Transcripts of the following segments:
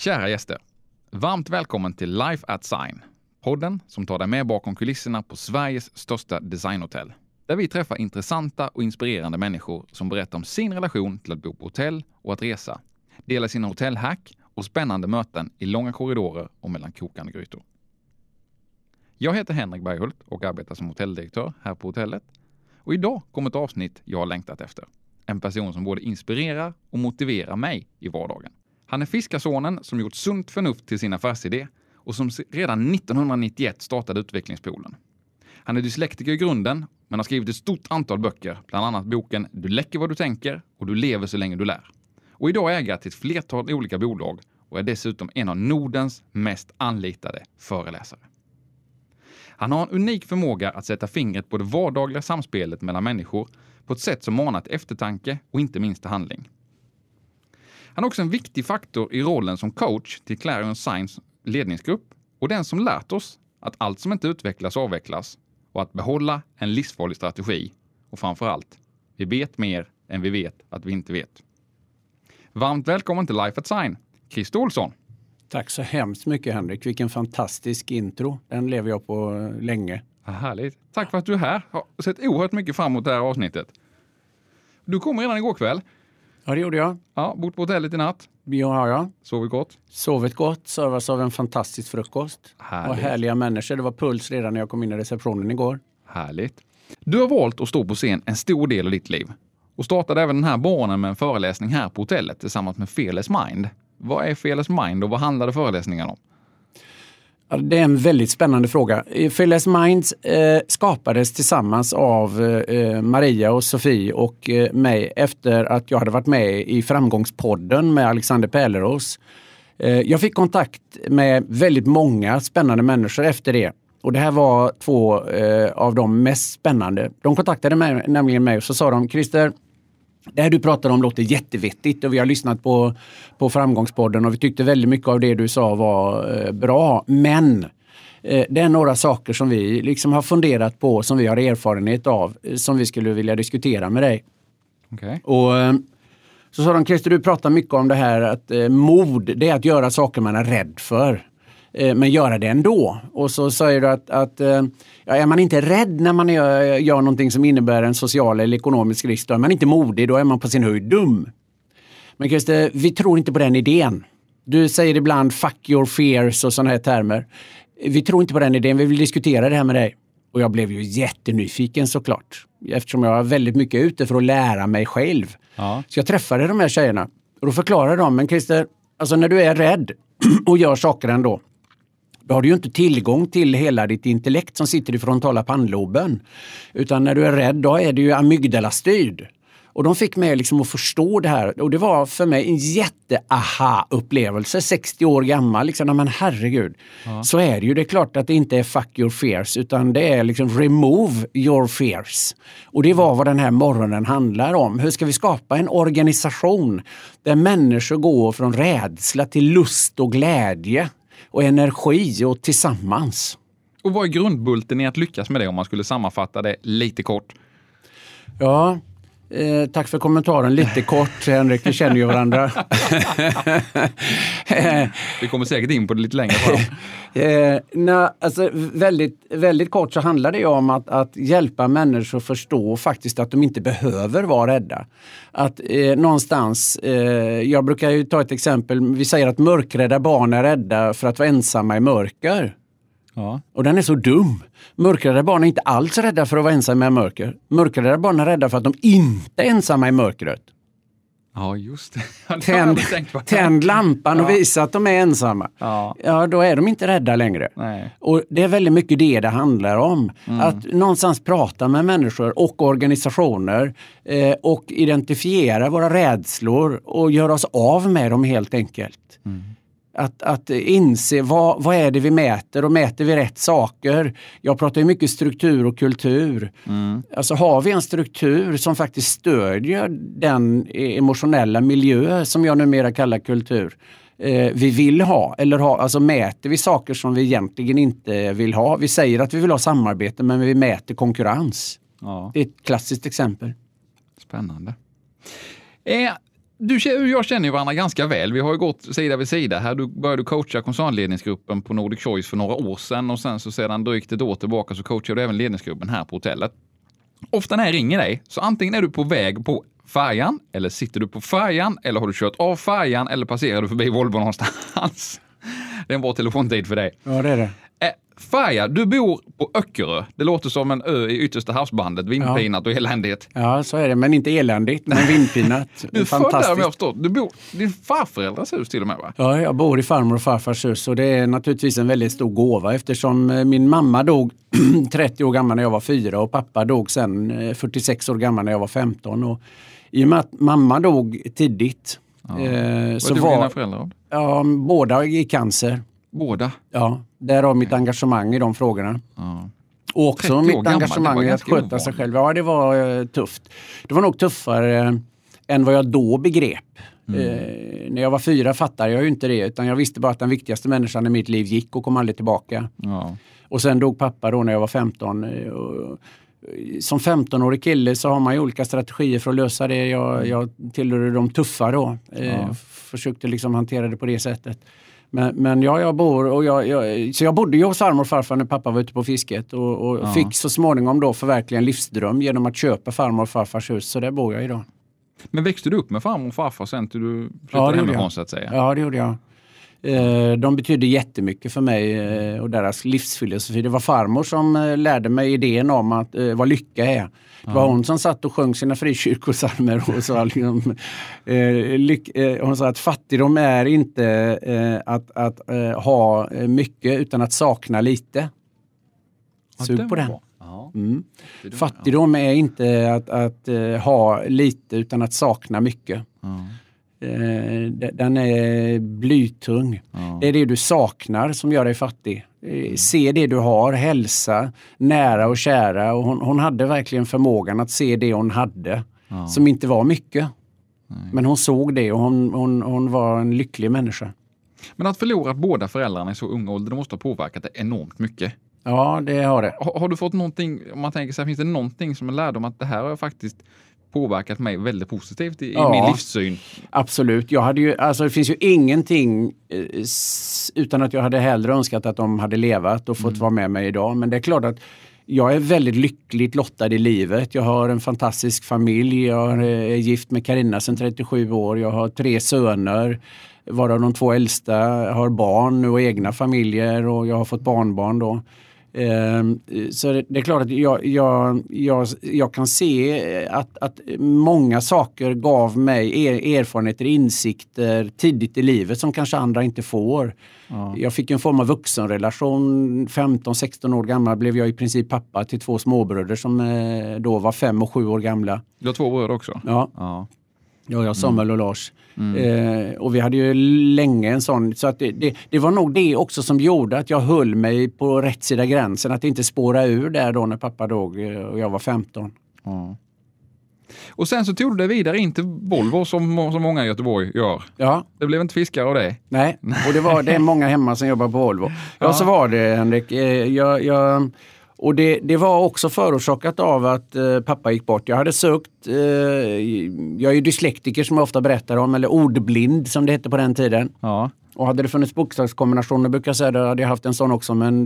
Kära gäster, varmt välkommen till Life at Sign, podden som tar dig med bakom kulisserna på Sveriges största designhotell. Där vi träffar intressanta och inspirerande människor som berättar om sin relation till att bo på hotell och att resa, delar sina hotellhack och spännande möten i långa korridorer och mellan kokande grytor. Jag heter Henrik Berghult och arbetar som hotelldirektör här på hotellet. Och idag kommer ett avsnitt jag har längtat efter. En person som både inspirerar och motiverar mig i vardagen. Han är fiskarsonen som gjort sunt förnuft till sin affärsidé och som redan 1991 startade utvecklingspoolen. Han är dyslektiker i grunden men har skrivit ett stort antal böcker, bland annat boken Du läcker vad du tänker och Du lever så länge du lär. Och idag äger till ett flertal olika bolag och är dessutom en av Nordens mest anlitade föreläsare. Han har en unik förmåga att sätta fingret på det vardagliga samspelet mellan människor på ett sätt som manar till eftertanke och inte minst till handling. Han är också en viktig faktor i rollen som coach till Clarion Signs ledningsgrupp och den som lärt oss att allt som inte utvecklas avvecklas och att behålla en livsfarlig strategi och framförallt, vi vet mer än vi vet att vi inte vet. Varmt välkommen till Life at Sign, Christer Olsson. Tack så hemskt mycket Henrik, vilken fantastisk intro, den lever jag på länge. Härligt, tack för att du är här, jag har sett oerhört mycket fram emot det här avsnittet. Du kom redan igår kväll. Ja, det gjorde jag. Ja, bort på hotellet i natt. Ja, ja. Sovit gott. Sovit gott, servas av en fantastisk frukost. Härligt. Och härliga människor, det var puls redan när jag kom in i receptionen igår. Härligt. Du har valt att stå på scen en stor del av ditt liv. Och startade även den här banan med en föreläsning här på hotellet tillsammans med Fearless Mind. Vad är Fearless Mind och vad handlade föreläsningen om? Ja, det är en väldigt spännande fråga. Fearless Minds skapades tillsammans av Maria och Sofie och mig efter att jag hade varit med i Framgångspodden med Alexander Pärleros. Jag fick kontakt med väldigt många spännande människor efter det. Och det här var två av de mest spännande. De kontaktade nämligen mig och så sa de: Christer, det här du pratar om låter jättevettigt och vi har lyssnat på Framgångspodden och vi tyckte väldigt mycket av det du sa var bra. Men det är några saker som vi liksom har funderat på, som vi har erfarenhet av, som vi skulle vilja diskutera med dig. Okay. Och så sa de: Christer, du pratar mycket om det här att mod, det är att göra saker man är rädd för. Men göra det ändå. Och så säger du att är man inte rädd när man gör någonting som innebär en social eller ekonomisk risk, då är man inte modig, då är man på sin höjd dum. Men Christer, vi tror inte på den idén. Du säger ibland fuck your fears och sådana här termer. Vi tror inte på den idén, vi vill diskutera det här med dig. Och jag blev ju jättenyfiken såklart. Eftersom jag var väldigt mycket ute för att lära mig själv. Ja. Så jag träffade de här tjejerna. Och då förklarade de: men Christer, alltså när du är rädd och gör saker ändå, då har du ju inte tillgång till hela ditt intellekt som sitter i frontala pannloben. Utan när du är rädd, då är det ju amygdala-styrd. Och de fick mig liksom att förstå det här. Och det var för mig en jätte-aha-upplevelse. 60 år gammal. Liksom, men herregud. Ja. Så är det ju. Det är klart att det inte är fuck your fears. Utan det är liksom remove your fears. Och det var vad den här morgonen handlar om. Hur ska vi skapa en organisation där människor går från rädsla till lust och glädje och energi och tillsammans. Och vad är grundbulten i att lyckas med det, om man skulle sammanfatta det lite kort? Ja, tack för kommentaren. Lite kort, Henrik, vi känner ju varandra. Vi kommer säkert in på det lite längre fram. Alltså, väldigt, väldigt kort så handlar det om att hjälpa människor att förstå faktiskt att de inte behöver vara rädda. Att någonstans, jag brukar ju ta ett exempel, vi säger att mörkrädda barn är rädda för att vara ensamma i mörker. Ja. Och den är så dum. Mörkrädda barn är inte alls rädda för att vara ensamma i mörker. Mörkrädda barn är rädda för att de inte är ensamma i mörkret. Ja, just det. Tänd lampan och visa att de är ensamma. Ja, då är de inte rädda längre. Nej. Och det är väldigt mycket det handlar om. Att någonstans prata med människor och organisationer och identifiera våra rädslor och göra oss av med dem helt enkelt. Att inse vad är det vi mäter, och mäter vi rätt saker. Jag pratar ju mycket struktur och kultur. Alltså har vi en struktur som faktiskt stödjer den emotionella miljö som jag numera kallar kultur vi vill ha, eller alltså mäter vi saker som vi egentligen inte vill ha. Vi säger att vi vill ha samarbete, men vi mäter konkurrens. Ja. Det är ett klassiskt exempel. Spännande. Du och jag känner ju varandra ganska väl. Vi har ju gått sida vid sida här. Du började coacha koncernledningsgruppen på Nordic Choice för några år sedan och sen så sedan drygt ett år tillbaka så coachar du även ledningsgruppen här på hotellet. Ofta när jag ringer dig så antingen är du på väg på färjan eller sitter du på färjan eller har du kört av färjan eller passerar du förbi Volvo någonstans. Det är en bra telefontid för dig. Ja, det är det. Färja, du bor på Öckerö. Det låter som en ö i yttersta havsbandet, vindpinat och eländigt. Ja, så är det. Men inte eländigt, men vindpinat. Du fantastiskt. Där, förstått. Du bor i din farföräldrars hus till och med, va? Ja, jag bor i farmor och farfars hus och det är naturligtvis en väldigt stor gåva eftersom min mamma dog 30 år gammal när jag var 4 och pappa dog sen 46 år gammal när jag var 15. Och i och med att mamma dog tidigt så var dina föräldrar? Ja, båda i cancer. Båda? Ja, där har mitt engagemang i de frågorna. Ja. Och också mitt engagemang i att sköta sig själv. Ja, det var tufft. Det var nog tuffare än vad jag då begrep. När jag var 4 fattade jag ju inte det. Utan jag visste bara att den viktigaste människan i mitt liv gick och kom aldrig tillbaka. Ja. Och sen dog pappa då när jag var 15. Som 15-årig kille så har man ju olika strategier för att lösa det. Jag tillhörde de tuffa då. Försökte liksom hantera det på det sättet. Men jag bor så jag bodde ju hos farmor och farfar när pappa var ute på fisket och fick så småningom då förverkliga en livsdröm genom att köpa farmor och farfars hus, så där bor jag idag. Men växte du upp med farmor och farfar sen till du flyttade hemifrån så att säga? Ja, det gjorde jag. De betydde jättemycket för mig och deras livsfilosofi. Det var farmor som lärde mig idén om att vad lycka är. Det var hon som satt och sjöng sina frikyrkosalmer och sa hon sa att fattigdom är inte att ha mycket utan att sakna lite. Sug på den. Fattigdom är inte att ha lite utan att sakna mycket. Den är blytung. Det är det du saknar som gör dig fattig. Se det du har, hälsa, nära och kära. Och hon hade verkligen förmågan att se det hon hade. Som inte var mycket. Men hon såg det och hon var en lycklig människa. Men att förlora båda föräldrarna i så ung ålder, det måste ha påverkat det enormt mycket. Ja, det har det. Har du fått någonting, om man tänker så här, finns det någonting som är lärdom att det här har faktiskt påverkat mig väldigt positivt i min livssyn? Absolut. Det finns ju ingenting utan att jag hade hellre önskat att de hade levat och fått vara med mig idag. Men det är klart att jag är väldigt lyckligt lottad i livet. Jag har en fantastisk familj. Jag är gift med Carina sedan 37 år. Jag har 3 söner, varav de 2 äldsta har barn och egna familjer och jag har fått barnbarn då. Så det är klart att jag kan se att många saker gav mig erfarenheter, insikter tidigt i livet som kanske andra inte får. Jag fick en form av vuxenrelation. 15-16 år gammal blev jag i princip pappa till 2 småbröder som då var 5 och 7 år gamla. Du har 2 bröder också? Ja. Jag Samuel och Lars. Och vi hade ju länge en sån. Så att det var nog det också som gjorde att jag höll mig på rätt sida gränsen. Att inte spåra ur där då när pappa dog och jag var 15. Och sen så tog du dig vidare in till Volvo som många i Göteborg gör. Ja. Det blev inte fiskare av det. Nej, och det är många hemma som jobbar på Volvo. Ja, så var det, Henrik. Och det var också förorsakat av att pappa gick bort. Jag hade sökt, jag är ju dyslektiker som jag ofta berättar om, eller ordblind som det hette på den tiden. Ja. Och hade det funnits bokstavskombinationer brukar jag säga, då hade jag haft en sån också, men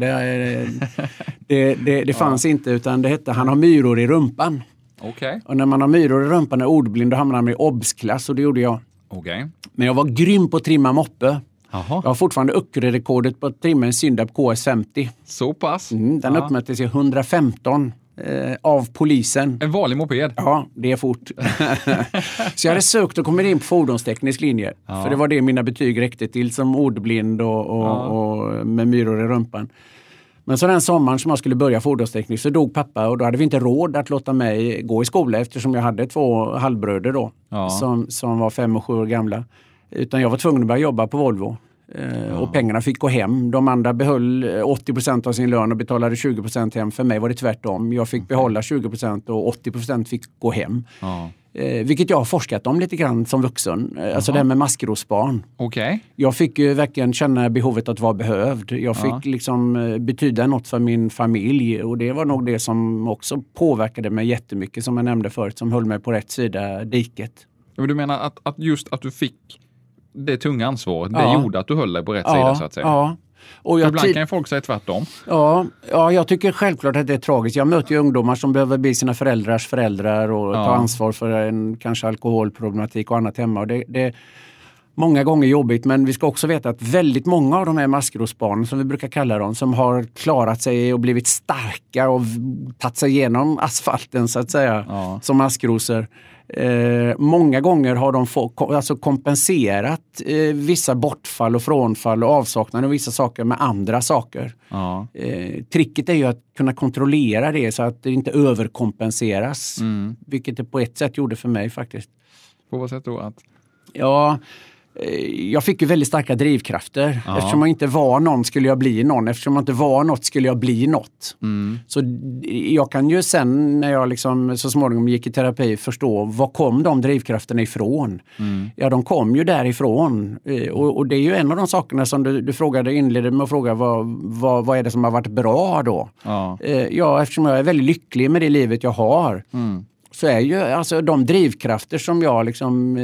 det fanns inte, utan det hette han har myror i rumpan. Okay. Och när man har myror i rumpan är ordblind, då hamnar man i obsklass och det gjorde jag. Okay. Men jag var grym på att trimma moppe. Aha. Jag har fortfarande Öckerö-rekordet på att trimma en Syndab KS50. Så pass? Den uppmättes i 115 av polisen. En vanlig moped? Ja, det är fort. Så jag hade sökt och kommit in på fordonsteknisk linje. Ja. För det var det mina betyg räckte till som ordblind och med myror i rumpan. Men så den sommaren som jag skulle börja fordonsteknik så dog pappa och då hade vi inte råd att låta mig gå i skola eftersom jag hade 2 halvbröder då som var 5 och 7 år gamla. Utan jag var tvungen att börja jobba på Volvo. Och pengarna fick gå hem. De andra behöll 80% av sin lön och betalade 20% hem. För mig var det tvärtom. Jag fick behålla 20% och 80% fick gå hem. Vilket jag har forskat om lite grann som vuxen. Alltså det här med maskrosbarn. Okay. Jag fick ju verkligen känna behovet att vara behövd. Jag fick liksom betyda något för min familj. Och det var nog det som också påverkade mig jättemycket, som jag nämnde förut. Som höll mig på rätt sida diket. Men du menar att just att du fick det tunga ansvaret, det gjorde att du höll dig på rätt sida så att säga? Ja. Och ibland kan ju folk säga tvärtom. Ja, jag tycker självklart att det är tragiskt. Jag möter ju ungdomar som behöver bli sina föräldrars föräldrar och ta ansvar för en kanske alkoholproblematik och annat hemma. Och det är många gånger jobbigt, men vi ska också veta att väldigt många av de här maskrosbarnen, som vi brukar kalla dem, som har klarat sig och blivit starka och tagit sig igenom asfalten så att säga, som maskrosor. Många gånger har de kompenserat vissa bortfall och frånfall och avsaknad av vissa saker med andra saker. Tricket är ju att kunna kontrollera det så att det inte överkompenseras. Vilket det på ett sätt gjorde för mig faktiskt. På vad sätt då? Jag fick ju väldigt starka drivkrafter. Eftersom jag inte var någon skulle jag bli någon. Eftersom jag inte var något skulle jag bli något. Så jag kan ju sen när jag liksom så småningom gick i terapi förstå var kom de drivkrafterna ifrån. Ja, de kom ju därifrån. Och det är ju en av de sakerna som du inledde med att fråga vad är det som har varit bra då? Eftersom jag är väldigt lycklig med det livet jag har så är ju alltså de drivkrafter som jag liksom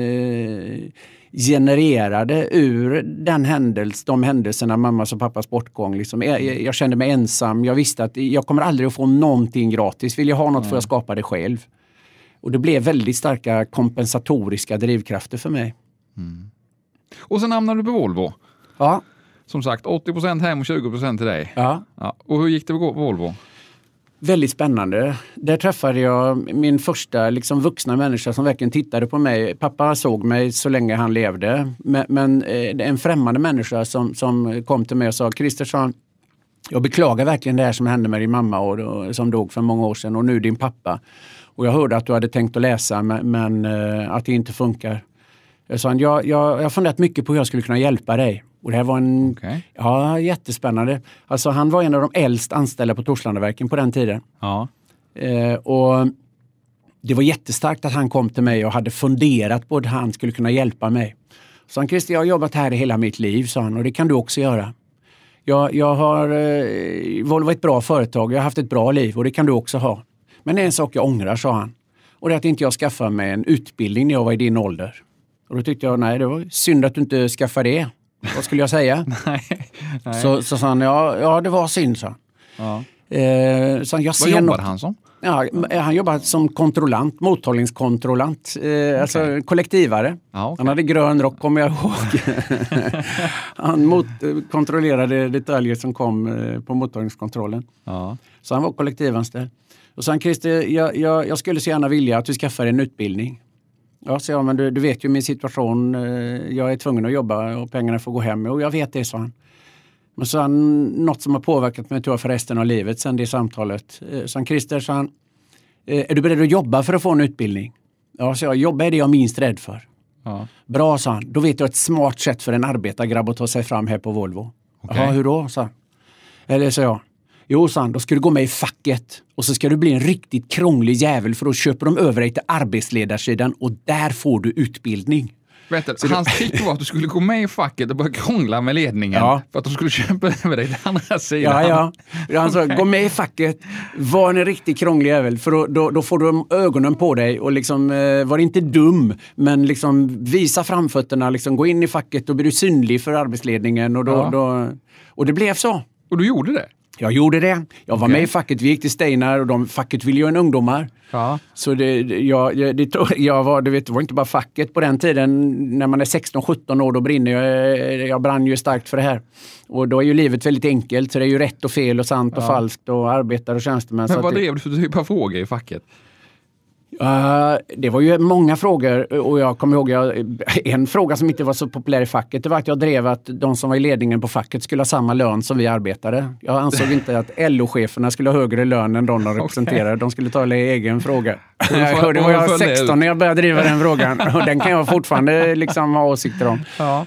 genererade ur de händelserna, mammas och pappas bortgång. Liksom. Jag kände mig ensam. Jag visste att jag kommer aldrig att få någonting gratis. Vill jag ha något får jag skapa det själv. Och det blev väldigt starka kompensatoriska drivkrafter för mig. Och sen hamnade du på Volvo. Ja. Som sagt, 80% hem och 20% till dig. Ja. Och hur gick det på Volvo? Väldigt spännande. Där träffade jag min första liksom vuxna människa som verkligen tittade på mig. Pappa såg mig så länge han levde. Men en främmande människa som kom till mig och sa: Kristersson, jag beklagar verkligen det här som hände med din mamma och som dog för många år sedan och nu din pappa. Och jag hörde att du hade tänkt att läsa men att det inte funkar. Jag sa: jag har funderat mycket på hur jag skulle kunna hjälpa dig. Och det här var jättespännande. Alltså han var en av de äldst anställda på Torslandaverken på den tiden. Och det var jättestarkt att han kom till mig och hade funderat på att han skulle kunna hjälpa mig. Så han: Christer, jag har jobbat här i hela mitt liv, sa han, och det kan du också göra. Jag har Volvo är ett bra företag, jag har haft ett bra liv och det kan du också ha. Men det är en sak jag ångrar, sa han. Och det är att inte jag skaffade mig en utbildning när jag var i din ålder. Och då tyckte jag, nej, det var synd att du inte skaffade det. Vad skulle jag säga? Nej. Så sa han, ja det var synd, sa han. Så vad jobbade han som? Ja, han jobbade som kontrollant, mottagningskontrollant, alltså kollektivare. Han hade grön rock, kommer jag ihåg. Han kontrollerade detaljer som kom på mottagningskontrollen. Så han var kollektivanställd. Och så han: Christer, jag skulle så gärna vilja att du skaffar en utbildning. Ja, så jag, men du vet ju min situation. Jag är tvungen att jobba och pengarna får gå hem. Och jag vet det, sa han. Men så han, något som har påverkat mig tror jag för resten av livet sen det samtalet. Så han: Christer, sa han, är du beredd att jobba för att få en utbildning? Ja, så jag, jobba är det jag är minst rädd för. Bra, sa han. Då vet jag ett smart sätt för en arbetargrabb att ta sig fram här på Volvo. Jaha, hur då, sa han. Eller så jag. Jo, sa han, då ska du gå med i facket och så ska du bli en riktigt krånglig jävel för då köper de över dig till arbetsledarsidan och där får du utbildning. Hans trick var att du skulle gå med i facket och börja krångla med ledningen för att de skulle köpa över dig till andra sidan. Ja. Han sa, gå med i facket, var en riktigt krånglig jävel för då får du ögonen på dig och liksom var inte dum men liksom visa framfötterna, liksom gå in i facket och blir du synlig för arbetsledningen och det blev så. Och du gjorde det? Jag gjorde det. Jag var med i facket. Vi gick till Steinar och facket ville ju en ungdomar. Så det var inte bara facket på den tiden. När man är 16-17 år då brinner jag brann ju starkt för det här. Och då är ju livet väldigt enkelt. Så det är ju rätt och fel och sant och falskt och arbetare och tjänstemän. Men vad drev du för typ av frågor i facket? Det var ju många frågor och jag kommer ihåg en fråga som inte var så populär i facket. Det var att jag drev att de som var i ledningen på facket skulle ha samma lön som vi arbetade. Jag ansåg inte att LO-cheferna skulle ha högre lön än de representerade. De skulle ta egen fråga. Det var jag 16 när jag började driva den frågan och den kan jag fortfarande liksom ha åsikter om.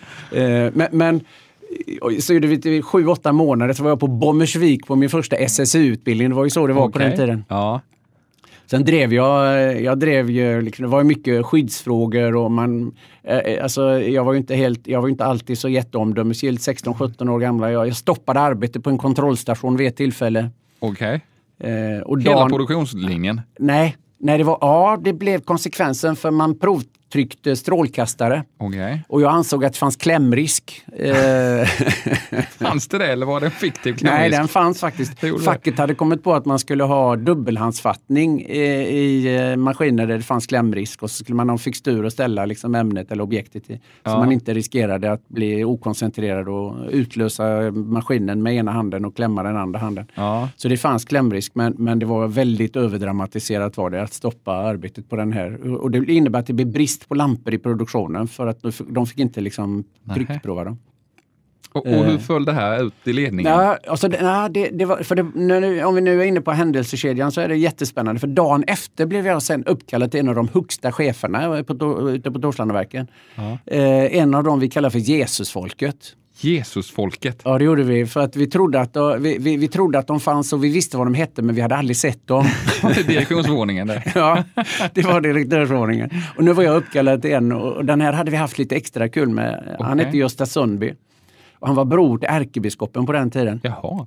Men så gjorde vi 7-8 månader så var jag på Bommersvik på min första SSU-utbildning. Det var ju så det var på den tiden. Sen drev jag drev ju, liksom, det var ju mycket skyddsfrågor och jag var ju inte alltid så jätteomdömesgill, 16-17 år gamla. Jag stoppade arbete på en kontrollstation vid ett tillfälle. Hela produktionslinjen? Nej, det blev konsekvensen för man lågtryckt strålkastare. Okay. Och jag ansåg att det fanns klämrisk. Fanns det eller var det en fiktiv klämrisk? Nej, den fanns faktiskt. Facket hade kommit på att man skulle ha dubbelhandsfattning i maskiner där det fanns klämrisk. Och så skulle man ha en fixtur och ställa liksom ämnet eller objektet i. Så man inte riskerade att bli okoncentrerad och utlösa maskinen med ena handen och klämma den andra handen. Ja. Så det fanns klämrisk, men det var väldigt överdramatiserat var det att stoppa arbetet på den här. Och det innebär att det blir brist på lampor i produktionen för att de fick inte liksom tryckprova dem. Och hur föll det här ut i ledningen? Ja, alltså det var, om vi nu är inne på händelsekedjan så är det jättespännande. För dagen efter blev jag sen uppkallad till en av de högsta cheferna ute på Torslandaverken. En av dem vi kallar för Jesusfolket. Jesusfolket? Ja, det gjorde vi. För att vi trodde att de fanns och vi visste vad de hette, men vi hade aldrig sett dem. Det är direktionsvåningen där. Ja, det var direktionsvåningen. Och nu var jag uppkallad till en och den här hade vi haft lite extra kul med. Okay. Han hette Gösta Sundby. Och han var bror till ärkebiskopen på den tiden. Jaha.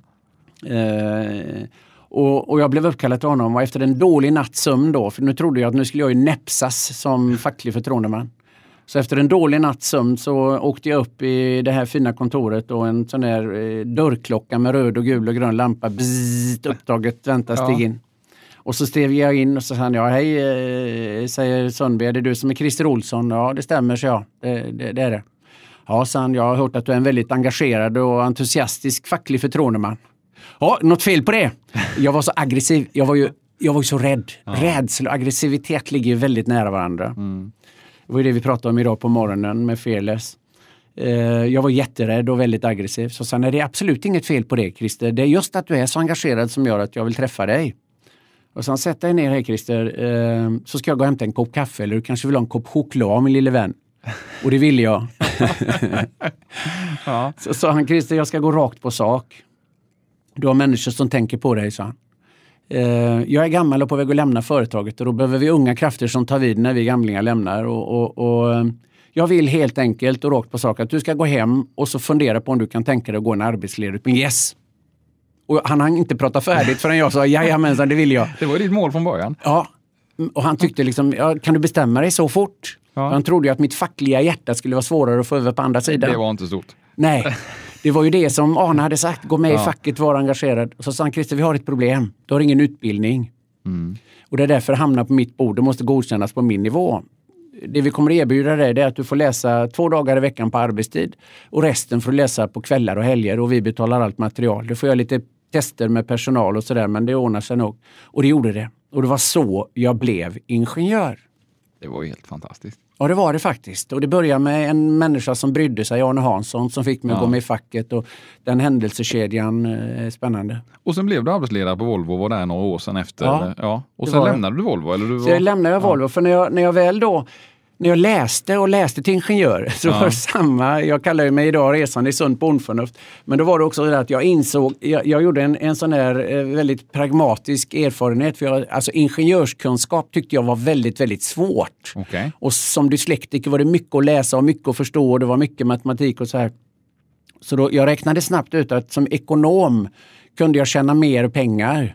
Och jag blev uppkallad till honom och efter en dålig nattsömn då, för nu trodde jag att nu skulle jag ju näpsas som facklig förtroendeman. Så efter en dålig nattsömn så åkte jag upp i det här fina kontoret och en sån där dörrklocka med röd och gul och grön lampa. Bzzzt, uppdraget väntar steg in. Och så steg jag in och så sa han, hej, säger Sundby, är det du som är Christer Olsson? Ja, det stämmer, så ja, det är det. Ja, sa han, jag har hört att du är en väldigt engagerad och entusiastisk facklig förtroendeman. Ja, något fel på det? Jag var så aggressiv, jag var ju så rädd. Ja. Rädsla och aggressivitet ligger ju väldigt nära varandra. Mm. Det var ju det vi pratade om idag på morgonen med Fearless. Jag var jätterädd och väldigt aggressiv. Så sen är det absolut inget fel på det, Christer. Det är just att du är så engagerad som gör att jag vill träffa dig. Och sen sätt dig ner här, Christer. Så ska jag gå och hämta en kopp kaffe. Eller du kanske vill ha en kopp choklad, min lille vän. Och det ville jag. Ja. Så sa han, Christer, jag ska gå rakt på sak. Du har människor som tänker på dig, sa han. Jag är gammal och på väg att lämna företaget och då behöver vi unga krafter som tar vid när vi gamlingar lämnar. Och jag vill helt enkelt och rakt på sak att du ska gå hem och så fundera på om du kan tänka dig att gå en arbetsledarutbildning. Yes! Och han har inte pratat färdigt förrän jag sa, jajamensan, det vill jag. Det var ditt mål från början. Ja, och han tyckte liksom, kan du bestämma dig så fort? Ja. Han trodde ju att mitt fackliga hjärta skulle vara svårare att få över på andra sidan. Det var inte stort. Nej, det var ju det som Arne hade sagt. Gå med i facket, var engagerad. Och så sa han, Christer, vi har ett problem. Du har ingen utbildning. Mm. Och det är därför det hamnar på mitt bord. Det måste godkännas på min nivå. Det vi kommer att erbjuda dig är att du får läsa 2 dagar i veckan på arbetstid. Och resten får du läsa på kvällar och helger. Och vi betalar allt material. Du får göra lite tester med personal och sådär. Men det ordnar sig nog. Och det gjorde det. Och det var så jag blev ingenjör. Det var ju helt fantastiskt. Ja, det var det faktiskt. Och det började med en människa som brydde sig, Arne Hansson, som fick mig att gå med i facket. Och den händelsekedjan är spännande. Och sen blev du arbetsledare på Volvo, var där några år sedan efter. Ja. Och sen lämnade du Volvo? Eller Så jag lämnade Volvo, för när jag väl då... När jag läste till ingenjör så var det samma, jag kallar ju mig idag resan i sunt bondförnuft. Men då var det också det att jag insåg, jag gjorde en sån här väldigt pragmatisk erfarenhet. För alltså ingenjörskunskap tyckte jag var väldigt, väldigt svårt. Okay. Och som dyslektiker var det mycket att läsa och mycket att förstå och det var mycket matematik och så här. Så då, jag räknade snabbt ut att som ekonom kunde jag tjäna mer pengar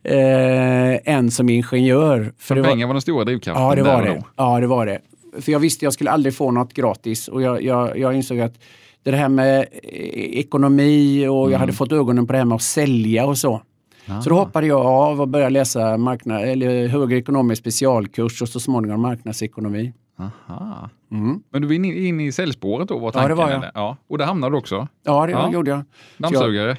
än som ingenjör. För pengar var den stora drivkraften. Ja, det var det. Ja, det var det. För jag visste att jag skulle aldrig få något gratis. Och jag insåg att det här med ekonomi och jag hade fått ögonen på det här med att sälja och så. Ah. Så då hoppade jag av och började läsa högre ekonomisk specialkurs och så småningom marknadsekonomi. Aha. Mm. Men du var in i säljspåret då? Var tanken, det var jag. Eller? Ja. Och det hamnade du också? Ja, det gjorde jag. Dammsugare?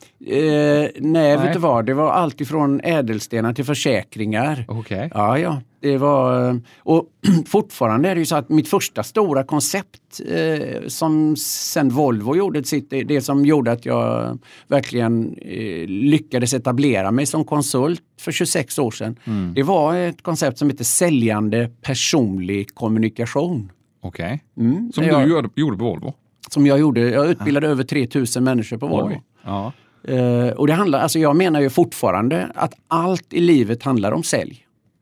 Nej, vet du vad? Det var allt ifrån ädelstenar till försäkringar. Okay. Ja. Det var... Och fortfarande är det ju så att mitt första stora koncept som sen Volvo gjorde det som gjorde att jag verkligen lyckades etablera mig som konsult för 26 år sedan. Mm. Det var ett koncept som heter säljande personlig kommunikation. Okej. Okay. Som du gjorde på Volvo? Som jag gjorde. Jag utbildade över 3000 människor på Volvo. Ja. Och det handlar, alltså jag menar ju fortfarande att allt i livet handlar om sälj.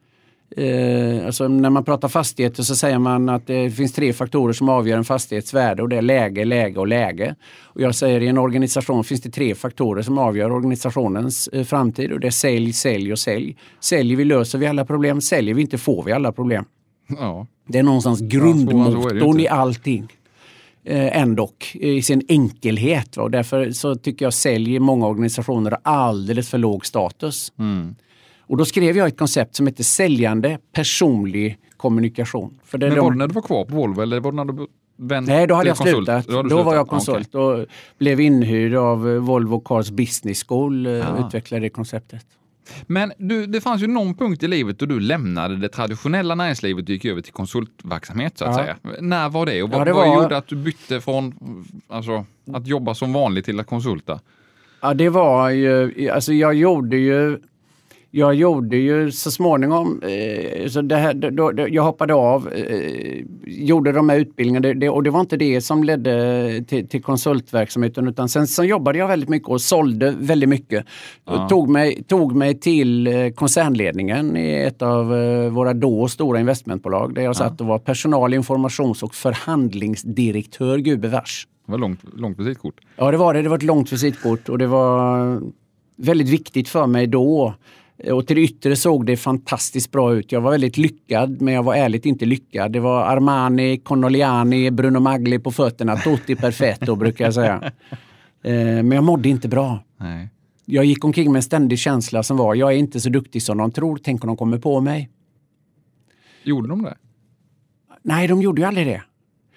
Alltså när man pratar fastigheter så säger man att det finns 3 faktorer som avgör en fastighetsvärde och det är läge, läge och läge. Och jag säger i en organisation finns det 3 faktorer som avgör organisationens framtid och det är sälj, sälj och sälj. Säljer vi löser vi alla problem, säljer vi inte får vi alla problem. Ja. Det är någonstans grundmotorn i allting. Ändock i sin enkelhet. Och därför så tycker jag sälj i många organisationer har alldeles för låg status. Och då skrev jag ett koncept som heter säljande personlig kommunikation. För det Men var det när du var kvar på Volvo eller var det när du Nej, då hade jag slutat. Då var jag konsult och blev inhyrd av Volvo Cars Business School och utvecklade det konceptet. Men det fanns ju någon punkt i livet då du lämnade det traditionella näringslivet och gick över till konsultverksamhet så att säga. När var det? Och vad gjorde att du bytte från att jobba som vanligt till att konsulta? Ja, det var ju, alltså jag gjorde ju så småningom, så det här, jag hoppade av, gjorde de här utbildningarna och det var inte det som ledde till konsultverksamheten, utan sen så jobbade jag väldigt mycket och sålde väldigt mycket. Ja. Tog mig till koncernledningen i ett av våra då stora investmentbolag där jag satt och var personal-, informations- och förhandlingsdirektör, gubevars. Det var långt visitkort. Ja, det var ett långt visitkort och det var väldigt viktigt för mig då. Och till det yttre såg det fantastiskt bra ut. Jag var väldigt lyckad, men jag var ärligt inte lyckad. Det var Armani, Connoliani, Bruno Magli på fötterna. Tutti perfetto brukar jag säga. Men jag mådde inte bra. Nej. Jag gick omkring med en ständig känsla som var, jag är inte så duktig som de tror. Tänk om de kommer på mig. Gjorde de det? Nej, de gjorde ju aldrig det.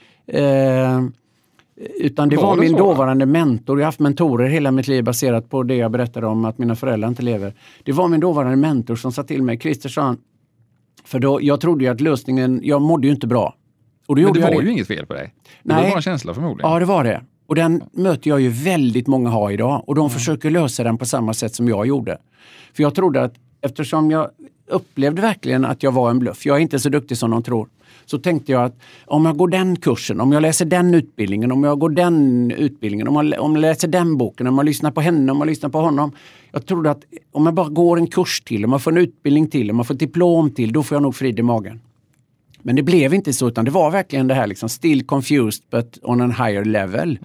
Utan det var min dåvarande mentor. Jag har haft mentorer hela mitt liv baserat på det jag berättade om att mina föräldrar inte lever. Det var min dåvarande mentor som sa till mig, Kristersson, för då, jag trodde ju att lösningen, jag mådde ju inte bra. Och då men det var ju inget fel på dig. Det var bara en känsla förmodligen. Ja, det var det. Och den möter jag ju väldigt många ha idag. Och de försöker lösa den på samma sätt som jag gjorde. För jag trodde att eftersom jag upplevde verkligen att jag var en bluff, jag är inte så duktig som de tror, så tänkte jag att om jag går den kursen, om jag läser den utbildningen, om jag går den utbildningen, om jag läser den boken, om jag lyssnar på henne, om jag lyssnar på honom. Jag trodde att om jag bara går en kurs till, om jag får en utbildning till, om jag får ett diplom till, då får jag nog frid i magen. Men det blev inte så, utan det var verkligen det här liksom still confused but on a higher level.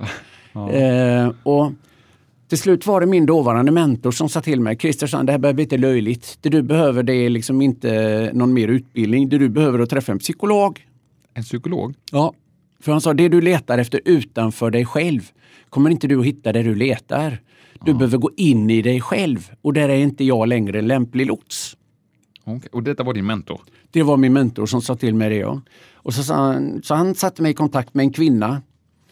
Och till slut var det min dåvarande mentor som sa till mig, Kristersson, det här börjar bli lite löjligt. Det du behöver, det är liksom inte någon mer utbildning. Det du behöver är att träffa en psykolog. En psykolog? Ja, för han sa, det du letar efter utanför dig själv kommer inte du att hitta det du letar. Du behöver gå in i dig själv och där är inte jag längre en lämplig lots. Okay. Och detta var din mentor? Det var min mentor som sa till mig det, ja. Och så han satte mig i kontakt med en kvinna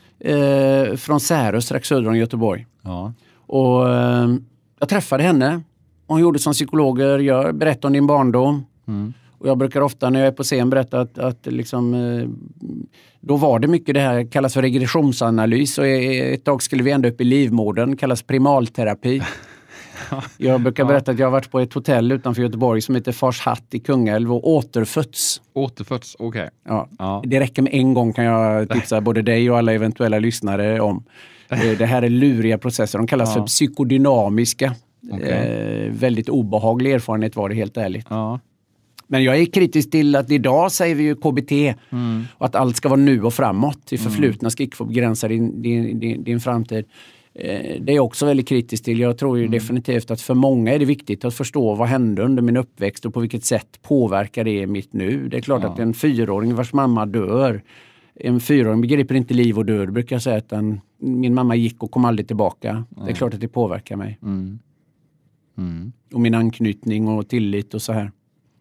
från Särö, strax söder om Göteborg. Ja. Och jag träffade henne. Hon gjorde som psykologer gör, berätta om din barndom. Och jag brukar ofta när jag är på scen berätta att liksom, då var det mycket det här kallas för regressionsanalys och ett tag skulle vi ända upp i livmodern, kallas primalterapi. Jag brukar berätta att jag har varit på ett hotell utanför Göteborg som heter Fars Hatt i Kungälv och återfötts. Återfötts, okej. Okay. Ja. Det räcker med en gång kan jag tipsa både dig och alla eventuella lyssnare om. Det här är luriga processer. De kallas för psykodynamiska. Okay. Väldigt obehaglig erfarenhet var det helt ärligt. Ja. Men jag är kritisk till att idag säger vi ju KBT och att allt ska vara nu och framåt. Det förflutna ska inte få begränsa din framtid. Det är också väldigt kritiskt till. Jag tror ju definitivt att för många är det viktigt att förstå vad hände under min uppväxt och på vilket sätt påverkar det mitt nu. Det är klart att en 4-åring vars mamma dör, en 4-åring begriper inte liv och död, brukar jag säga, att min mamma gick och kom aldrig tillbaka. Det är klart att det påverkar mig. Och min anknytning och tillit och så här.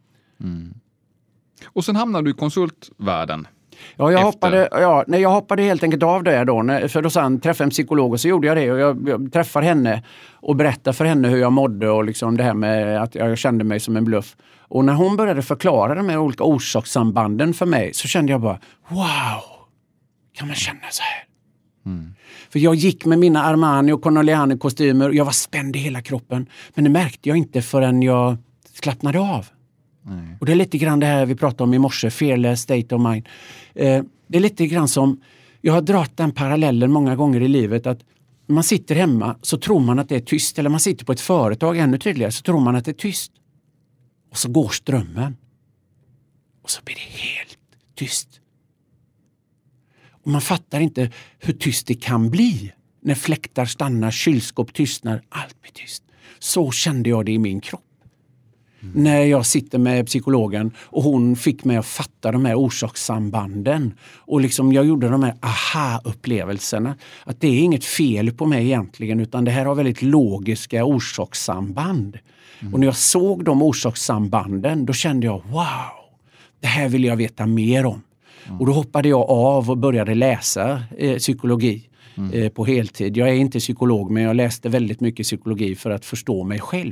Och sen hamnade du i konsultvärlden. Ja, jag hoppade helt enkelt av det då. För då sen träffade en psykolog och så gjorde jag det. Och jag träffade henne och berättade för henne hur jag mådde och liksom det här med att jag kände mig som en bluff. Och när hon började förklara de här olika orsakssambanden för mig så kände jag bara, wow, kan man känna så här? För jag gick med mina Armani och Connoliani-kostymer och jag var spänd i hela kroppen. Men det märkte jag inte förrän jag slappnade av. Och det är lite grann det här vi pratade om i morse, fearless state of mind. Det är lite grann som, jag har dragit den parallellen många gånger i livet att när man sitter hemma så tror man att det är tyst, eller man sitter på ett företag ännu tydligare så tror man att det är tyst. Och så går strömmen. Och så blir det helt tyst. Och man fattar inte hur tyst det kan bli. När fläktar stannar, kylskåp tystnar, allt blir tyst. Så kände jag det i min kropp. När jag sitter med psykologen och hon fick mig att fatta de här orsakssambanden. Och liksom jag gjorde de här aha-upplevelserna. Att det är inget fel på mig egentligen, utan det här har väldigt logiska orsakssamband. Och när jag såg de orsakssambanden, då kände jag, wow, det här vill jag veta mer om. Och då hoppade jag av och började läsa psykologi på heltid. Jag är inte psykolog, men jag läste väldigt mycket psykologi för att förstå mig själv.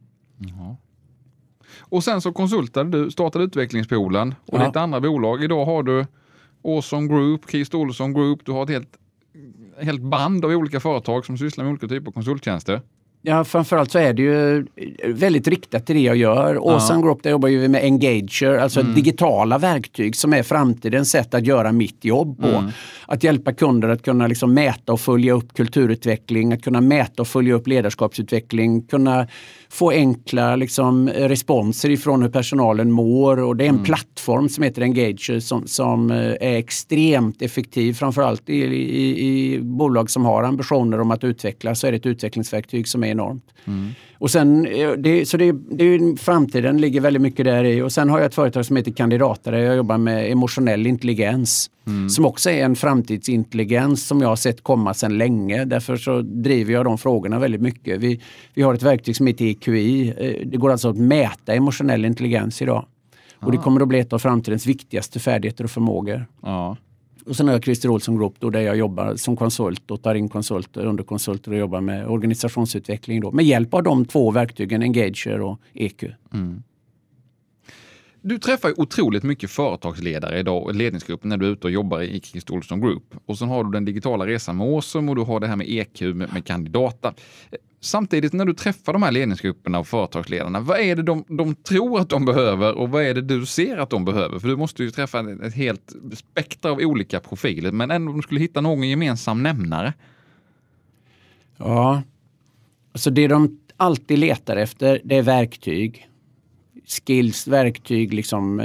Och sen så startade utvecklingspoolen och lite andra bolag. Idag har du Awesome Group, Keith Olsson Group. Du har ett helt band av olika företag som sysslar med olika typer av konsulttjänster. Ja, framförallt så är det ju väldigt riktat till det jag gör. Awesome Group, där jobbar vi med Engager, alltså digitala verktyg som är framtidens sätt att göra mitt jobb på. Att hjälpa kunder att kunna liksom mäta och följa upp kulturutveckling, att kunna mäta och följa upp ledarskapsutveckling, kunna få enkla liksom responser ifrån hur personalen mår. Och det är en plattform som heter Engager som är extremt effektiv, framförallt i bolag som har ambitioner om att utveckla, så är det ett utvecklingsverktyg som är enormt. Och sen, framtiden ligger väldigt mycket där i. Och sen har jag ett företag som heter Kandidata där jag jobbar med emotionell intelligens. Som också är en framtidsintelligens som jag har sett komma sedan länge. Därför så driver jag de frågorna väldigt mycket. Vi har ett verktyg som heter EQI. Det går alltså att mäta emotionell intelligens idag. Och det kommer att bli ett av framtidens viktigaste färdigheter och förmågor. Och sen har jag Keith Olsson Group då, där jag jobbar som konsult och tar in konsulter, underkonsulter och jobbar med organisationsutveckling då, med hjälp av de två verktygen, Engager och EQ. Du träffar ju otroligt mycket företagsledare idag och ledningsgruppen när du är ute och jobbar i Keith Olsson Group. Och sen har du den digitala resan med Awesome och du har det här med EQ med Kandidata. Samtidigt när du träffar de här ledningsgrupperna och företagsledarna, vad är det de tror att de behöver och vad är det du ser att de behöver? För du måste ju träffa ett helt spektra av olika profiler, men ändå de skulle hitta någon gemensam nämnare. Ja, alltså det de alltid letar efter, det är verktyg. Skills, verktyg liksom.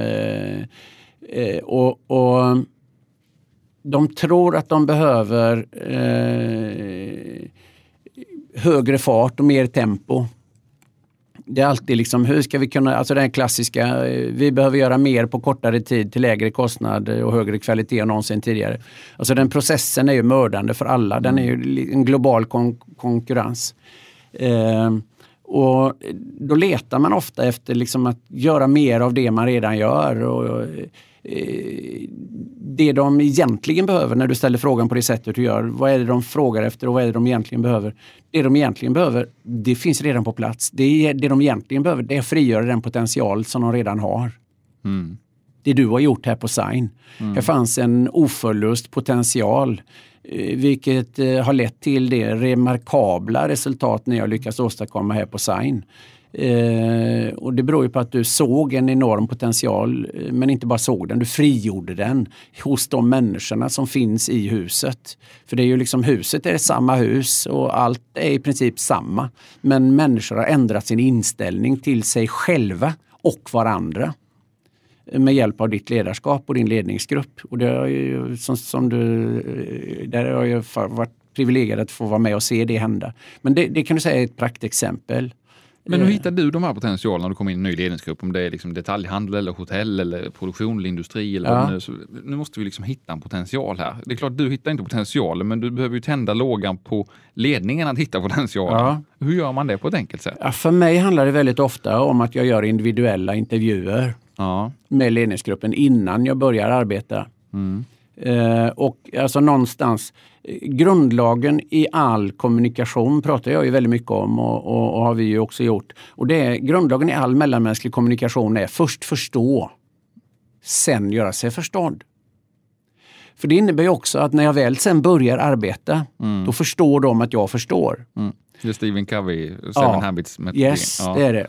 Och de tror att de behöver högre fart och mer tempo. Det är alltid liksom, hur ska vi kunna, alltså den klassiska, vi behöver göra mer på kortare tid till lägre kostnad och högre kvalitet än någonsin tidigare. Alltså den processen är ju mördande för alla. Den är ju en global konkurrens. Och då letar man ofta efter liksom att göra mer av det man redan gör. Och det de egentligen behöver när du ställer frågan på det sättet du gör, vad är det de frågar efter och vad är det de egentligen behöver? Det de egentligen behöver, det finns redan på plats. Det de egentligen behöver, det är att frigöra den potential som de redan har. Det du har gjort här på Sign. Här fanns en oförlöst potential, vilket har lett till det remarkabla resultat ni har lyckats åstadkomma här på Sign. Och det beror ju på att du såg en enorm potential, men inte bara såg den, du frigjorde den hos de människorna som finns i huset. För det är ju liksom, huset är samma hus och allt är i princip samma, men människor har ändrat sin inställning till sig själva och varandra med hjälp av ditt ledarskap och din ledningsgrupp. Och det är ju där har jag varit privilegierad att få vara med och se det hända. Men det kan du säga är ett praktexempel. Men hur hittar du de här potentialen när du kommer in i en ny ledningsgrupp? Om det är liksom detaljhandel eller hotell eller produktion eller industri. Eller nu måste vi liksom hitta en potential här. Det är klart du hittar inte potentialen, men du behöver ju tända lågan på ledningen att hitta potentialen. Ja. Hur gör man det på ett enkelt sätt? Ja, för mig handlar det väldigt ofta om att jag gör individuella intervjuer med ledningsgruppen innan jag börjar arbeta. Och alltså någonstans, grundlagen i all kommunikation pratar jag ju väldigt mycket om och har vi ju också gjort. Och det är, grundlagen i all mellanmänsklig kommunikation är först förstå, sen göra sig förstådd. För det innebär ju också att när jag väl sen börjar arbeta, då förstår de att jag förstår. Det är Stephen Covey, Seven Habits. Yes, det är det.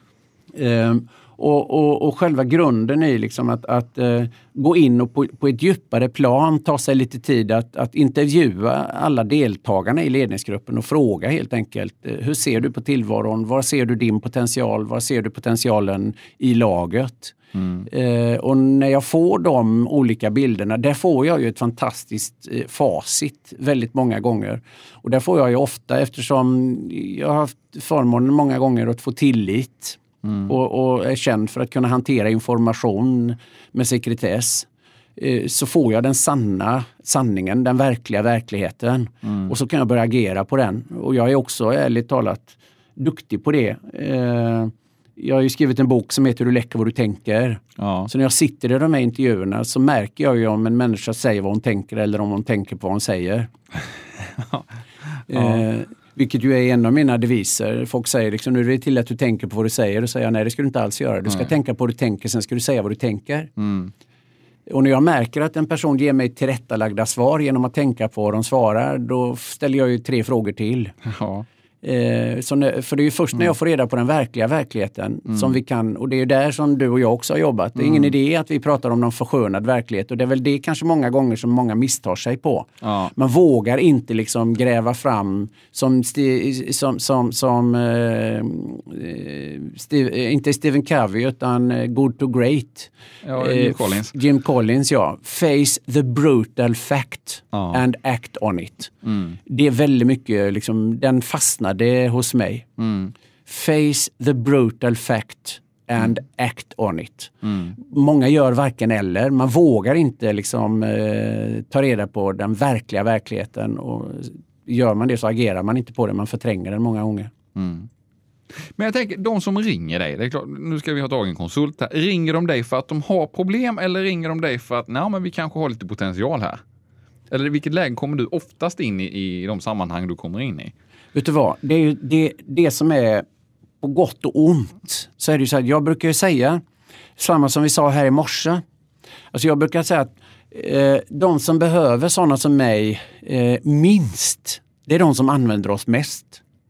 Och själva grunden är liksom att gå in och på ett djupare plan ta sig lite tid att intervjua alla deltagarna i ledningsgruppen och fråga helt enkelt, hur ser du på tillvaron? Var ser du din potential? Var ser du potentialen i laget? Och när jag får de olika bilderna, där får jag ju ett fantastiskt facit väldigt många gånger. Och där får jag ju ofta, eftersom jag har haft förmånen många gånger att få tillit och är känd för att kunna hantera information med sekretess, så får jag den sanningen, den verkliga verkligheten. Och så kan jag börja agera på den. Och jag är också ärligt talat duktig på det. Jag har ju skrivit en bok som heter Du läcker vad du tänker. Ja. Så när jag sitter i de här intervjuerna så märker jag ju om en människa säger vad hon tänker eller om hon tänker på vad hon säger. Vilket ju är en av mina deviser. Folk säger liksom, nu är det till att du tänker på vad du säger. Och säger nej, det ska du inte alls göra. Du ska tänka på vad du tänker, sen ska du säga vad du tänker. Och när jag märker att en person ger mig tillrättalagda svar genom att tänka på vad de svarar, då ställer jag ju 3 frågor till. Ja. För det är ju först när jag får reda på den verkliga verkligheten som vi kan, och det är ju där som du och jag också har jobbat. Det är ingen idé att vi pratar om någon förskönad verklighet, och det är väl det kanske många gånger som många misstar sig på. Ja. Man vågar inte liksom gräva fram inte Stephen Covey utan Good to Great. Ja, Jim Collins, ja. Face the brutal fact and act on it. Det är väldigt mycket liksom, den fastnade hos mig. Face the brutal fact and act on it. Många gör varken eller. Man vågar inte liksom ta reda på den verkliga verkligheten, och gör man det så agerar man inte på det. Man förtränger den många gånger. Men jag tänker, de som ringer dig, det är klart, nu ska vi ha tagit en konsult här. Ringer de dig för att de har problem, eller ringer de dig för att men vi kanske har lite potential här? Eller i vilket läge kommer du oftast in i de sammanhang du kommer in i? Vet du vad, det är ju det som är på gott och ont. Så är det ju så här, jag brukar ju säga, samma som vi sa här i morse. Alltså jag brukar säga att de som behöver sådana som mig minst, det är de som använder oss mest.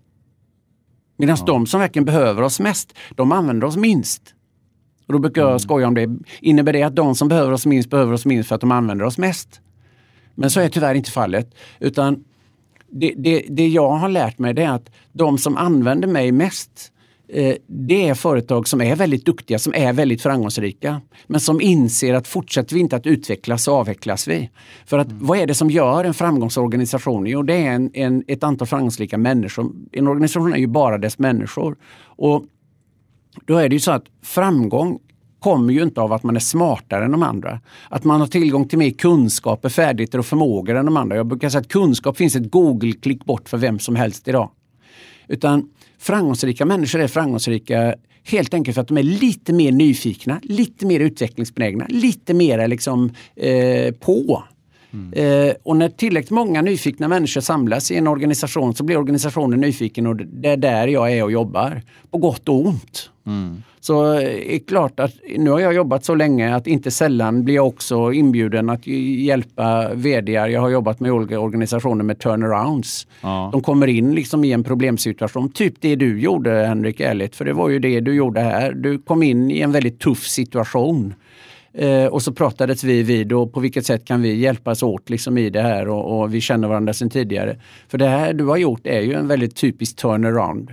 Medan de som verkligen behöver oss mest, de använder oss minst. Och då brukar jag skoja om det. Innebär det att de som behöver oss minst för att de använder oss mest? Men så är tyvärr inte fallet. Utan det jag har lärt mig, det är att de som använder mig mest, det är företag som är väldigt duktiga, som är väldigt framgångsrika, men som inser att fortsätter vi inte att utvecklas så avvecklas vi. För att vad är det som gör en framgångsorganisation? Jo, det är ett antal framgångsrika människor. En organisation är ju bara dess människor. Och då är det ju så att framgång kommer ju inte av att man är smartare än de andra. Att man har tillgång till mer kunskaper, färdigheter och förmågor än de andra. Jag brukar säga att kunskap finns ett Google-klick bort för vem som helst idag. Utan framgångsrika människor är framgångsrika helt enkelt för att de är lite mer nyfikna, lite mer utvecklingsbenägna, lite mer liksom på. Och när tillräckligt många nyfikna människor samlas i en organisation så blir organisationen nyfiken, och det är där jag är och jobbar. På gott och ont. Så det är klart att nu har jag jobbat så länge att inte sällan blir jag också inbjuden att hjälpa vd:ar. Jag har jobbat med olika organisationer med turnarounds. Ja. De kommer in liksom i en problemsituation. Typ det du gjorde, Henrik, ärligt. För det var ju det du gjorde här. Du kom in i en väldigt tuff situation. Och så pratades vi vid, och på vilket sätt kan vi hjälpas åt liksom i det här, och vi känner varandra sedan tidigare. För det här du har gjort är ju en väldigt typisk turnaround.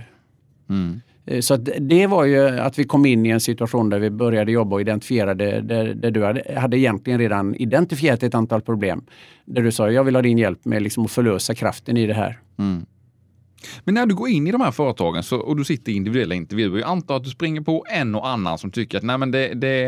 Så att det var ju att vi kom in i en situation där vi började jobba och identifierade där du hade egentligen redan identifierat ett antal problem. Där du sa, jag vill ha din hjälp med liksom att förlösa kraften i det här. Men när du går in i de här företagen och du sitter i individuella intervjuer, jag antar att du springer på en och annan som tycker att nej, men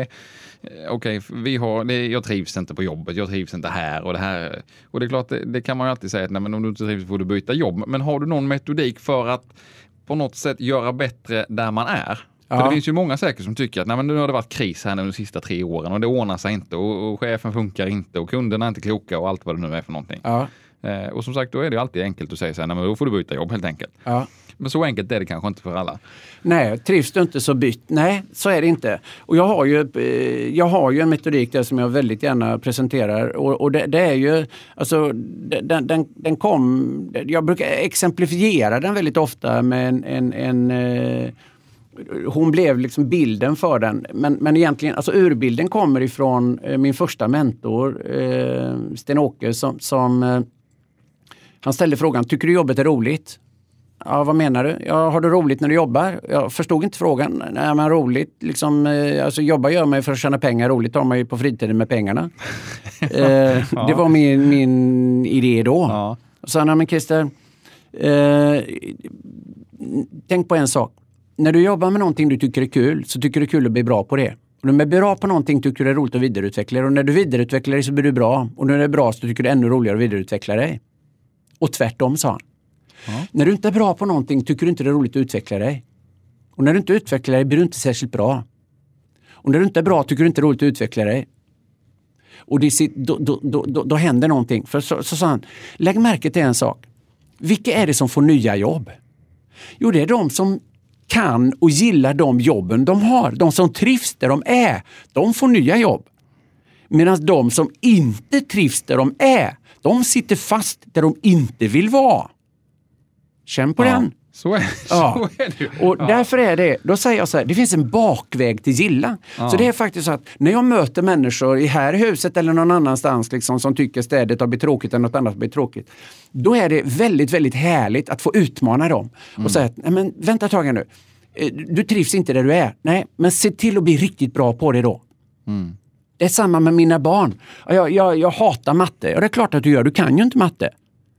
jag trivs inte på jobbet, jag trivs inte här och det här. Och det är klart, det kan man ju alltid säga att nej, men om du inte trivs får du byta jobb. Men har du någon metodik för att på något sätt göra bättre där man är? Ja. För det finns ju många säkert som tycker att nej, men nu har det varit kris här de sista 3 åren och det ordnar sig inte och chefen funkar inte och kunderna är inte kloka och allt vad det nu är för någonting. Ja. Och som sagt, då är det alltid enkelt att säga så här, nej, men då får du byta jobb helt enkelt. Ja. Men så enkelt är det kanske inte för alla. Nej, trivs du inte så byt. Nej, så är det inte. Och jag har ju en metodik där som jag väldigt gärna presenterar. Och det är ju, alltså den kom, jag brukar exemplifiera den väldigt ofta med hon blev liksom bilden för den. Men egentligen, alltså urbilden kommer ifrån min första mentor, Sten-Åke, som han ställde frågan, tycker du jobbet är roligt? Ja, vad menar du? Ja, har du roligt när du jobbar? Jag förstod inte frågan. Nej, men roligt, liksom, alltså jobba gör man ju för att tjäna pengar. Roligt har man ju på fritiden med pengarna. Det var min idé då. Så han sa, men Christer, tänk på en sak. när du jobbar med någonting du tycker är kul så tycker du det är kul att bli bra på det. Och när du är bra på någonting tycker du det är roligt att vidareutveckla det. Och när du vidareutvecklar dig så blir du bra. Och när du är bra så tycker du det är ännu roligare att vidareutveckla dig. Och tvärtom, sa han. När du inte är bra på någonting tycker du inte det är roligt att utveckla dig. Och när du inte utvecklar dig blir du inte särskilt bra. Och när du inte är bra tycker du inte det är roligt att utveckla dig. Och då händer någonting. För så sa han, lägg märke till en sak. Vilka är det som får nya jobb? Jo, det är de som kan och gillar de jobben de har. De som trivs där de är, de får nya jobb. Medan de som inte trivs där de är, de sitter fast där de inte vill vara. Känn på den. Så är det. Och därför är det, då säger jag så här, det finns en bakväg till gilla. Så det är faktiskt så att när jag möter människor i här huset eller någon annanstans liksom, som tycker städet har blivit tråkigt eller något annat har blivit tråkigt, då är det väldigt, väldigt härligt att få utmana dem och säga att, nej men vänta ett tag nu, du trivs inte där du är. Nej, men se till att bli riktigt bra på det då. Det är samma med mina barn. Jag hatar matte. Ja, det är klart att du gör, du kan ju inte matte.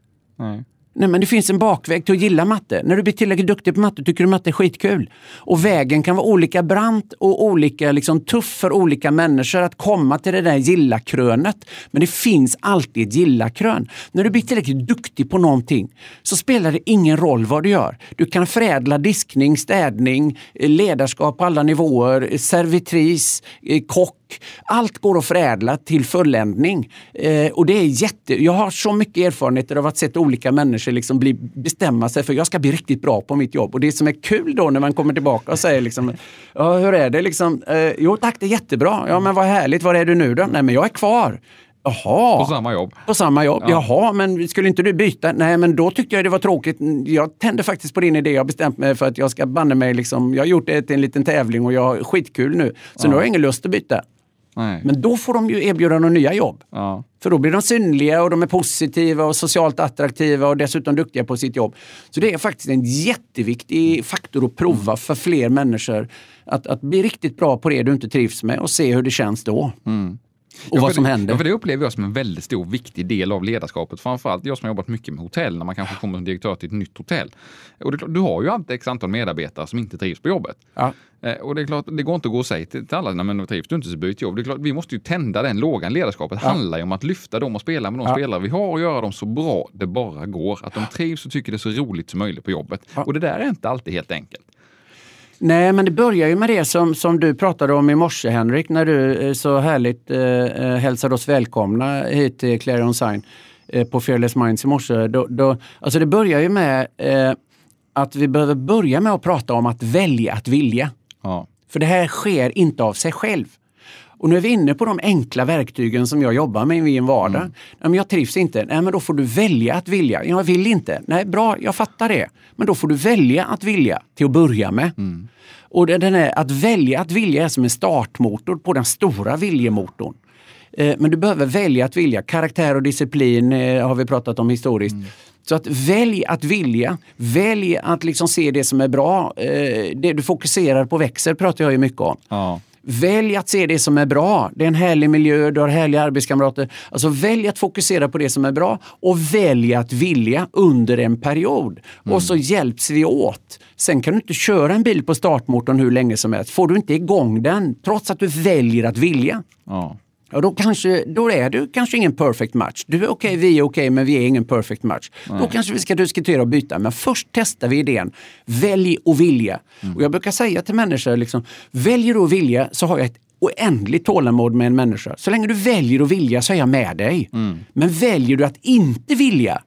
Nej, men det finns en bakväg till att gilla matte. När du blir tillräckligt duktig på matte tycker du matte är skitkul. Och vägen kan vara olika brant och olika liksom, tuff för olika människor att komma till det där gillakrönet. Men det finns alltid ett gillakrön. När du blir tillräckligt duktig på någonting så spelar det ingen roll vad du gör. Du kan förädla diskning, städning, ledarskap på alla nivåer, servitris, kock. Allt går att förädla till fulländning. Och det är jag har så mycket erfarenheter av att se olika människor liksom bestämma sig för jag ska bli riktigt bra på mitt jobb. Och det som är kul då när man kommer tillbaka och säger liksom, ja, hur är det liksom? Jo tack, det är jättebra. Ja, men vad härligt, var är du nu då? Nej, men jag är kvar. Jaha. På samma jobb. Ja. Jaha, men skulle inte du byta? Nej, men då tyckte jag det var tråkigt. Jag tände faktiskt på din idé. Jag har bestämt mig för att jag ska banna mig liksom. Jag har gjort det till en liten tävling och jag har skitkul nu. Så nu har jag ingen lust att byta. Nej. Men då får de ju erbjuda några nya jobb. Ja. För då blir de synliga och de är positiva och socialt attraktiva och dessutom duktiga på sitt jobb. Så det är faktiskt en jätteviktig faktor att prova för fler människor. Att bli riktigt bra på det du inte trivs med och se hur det känns då. Och vad som händer. Ja, för det upplever jag som en väldigt stor viktig del av ledarskapet. Framförallt jag som har jobbat mycket med hotell när man kanske kommer som direktör till ett nytt hotell. Och det är klart, du har ju alltid ett antal medarbetare som inte trivs på jobbet. Ja. Och det är klart, det går inte att gå och säga till alla, nej men trivs du inte så byt jobb. Det är klart, vi måste ju tända den lågan. Ledarskapet handlar ju om att lyfta dem och spela med de spelare vi har och göra dem så bra det bara går. Att de trivs och tycker det är så roligt som möjligt på jobbet. Och det där är inte alltid helt enkelt. Nej, men det börjar ju med det som du pratade om i morse, Henrik, när du så härligt hälsade oss välkomna hit till Clarion Sign på Fearless Minds i morse. Alltså det börjar ju med att vi behöver börja med att prata om att välja att vilja. Ja. För det här sker inte av sig själv. Och nu är vi inne på de enkla verktygen som jag jobbar med i en vardag. Nej, men jag trivs inte. Nej, men då får du välja att vilja. Jag vill inte. Nej, bra, jag fattar det. Men då får du välja att vilja till att börja med. Och den är, att välja att vilja är som en startmotor på den stora viljemotorn. Men du behöver välja att vilja. Karaktär och disciplin har vi pratat om historiskt. Så att välj att vilja. Välj att liksom se det som är bra. Det du fokuserar på växer pratar jag ju mycket om. Ja. Välj att se det som är bra. Det är en härlig miljö, du har härliga arbetskamrater. Alltså välj att fokusera på det som är bra och välj att vilja under en period. Och så hjälps vi åt. Sen kan du inte köra en bil på startmotorn hur länge som helst. Får du inte igång den trots att du väljer att vilja. Ja. Ja, då är du kanske ingen perfect match. Du är okej, vi är okej, men vi är ingen perfect match. Nej. Då kanske vi ska diskutera och byta. Men först testar vi idén. Välj och vilja. Och jag brukar säga till människor, liksom, väljer du att vilja så har jag ett oändligt tålamod med en människa. Så länge du väljer att vilja så är jag med dig. Men väljer du att inte vilja,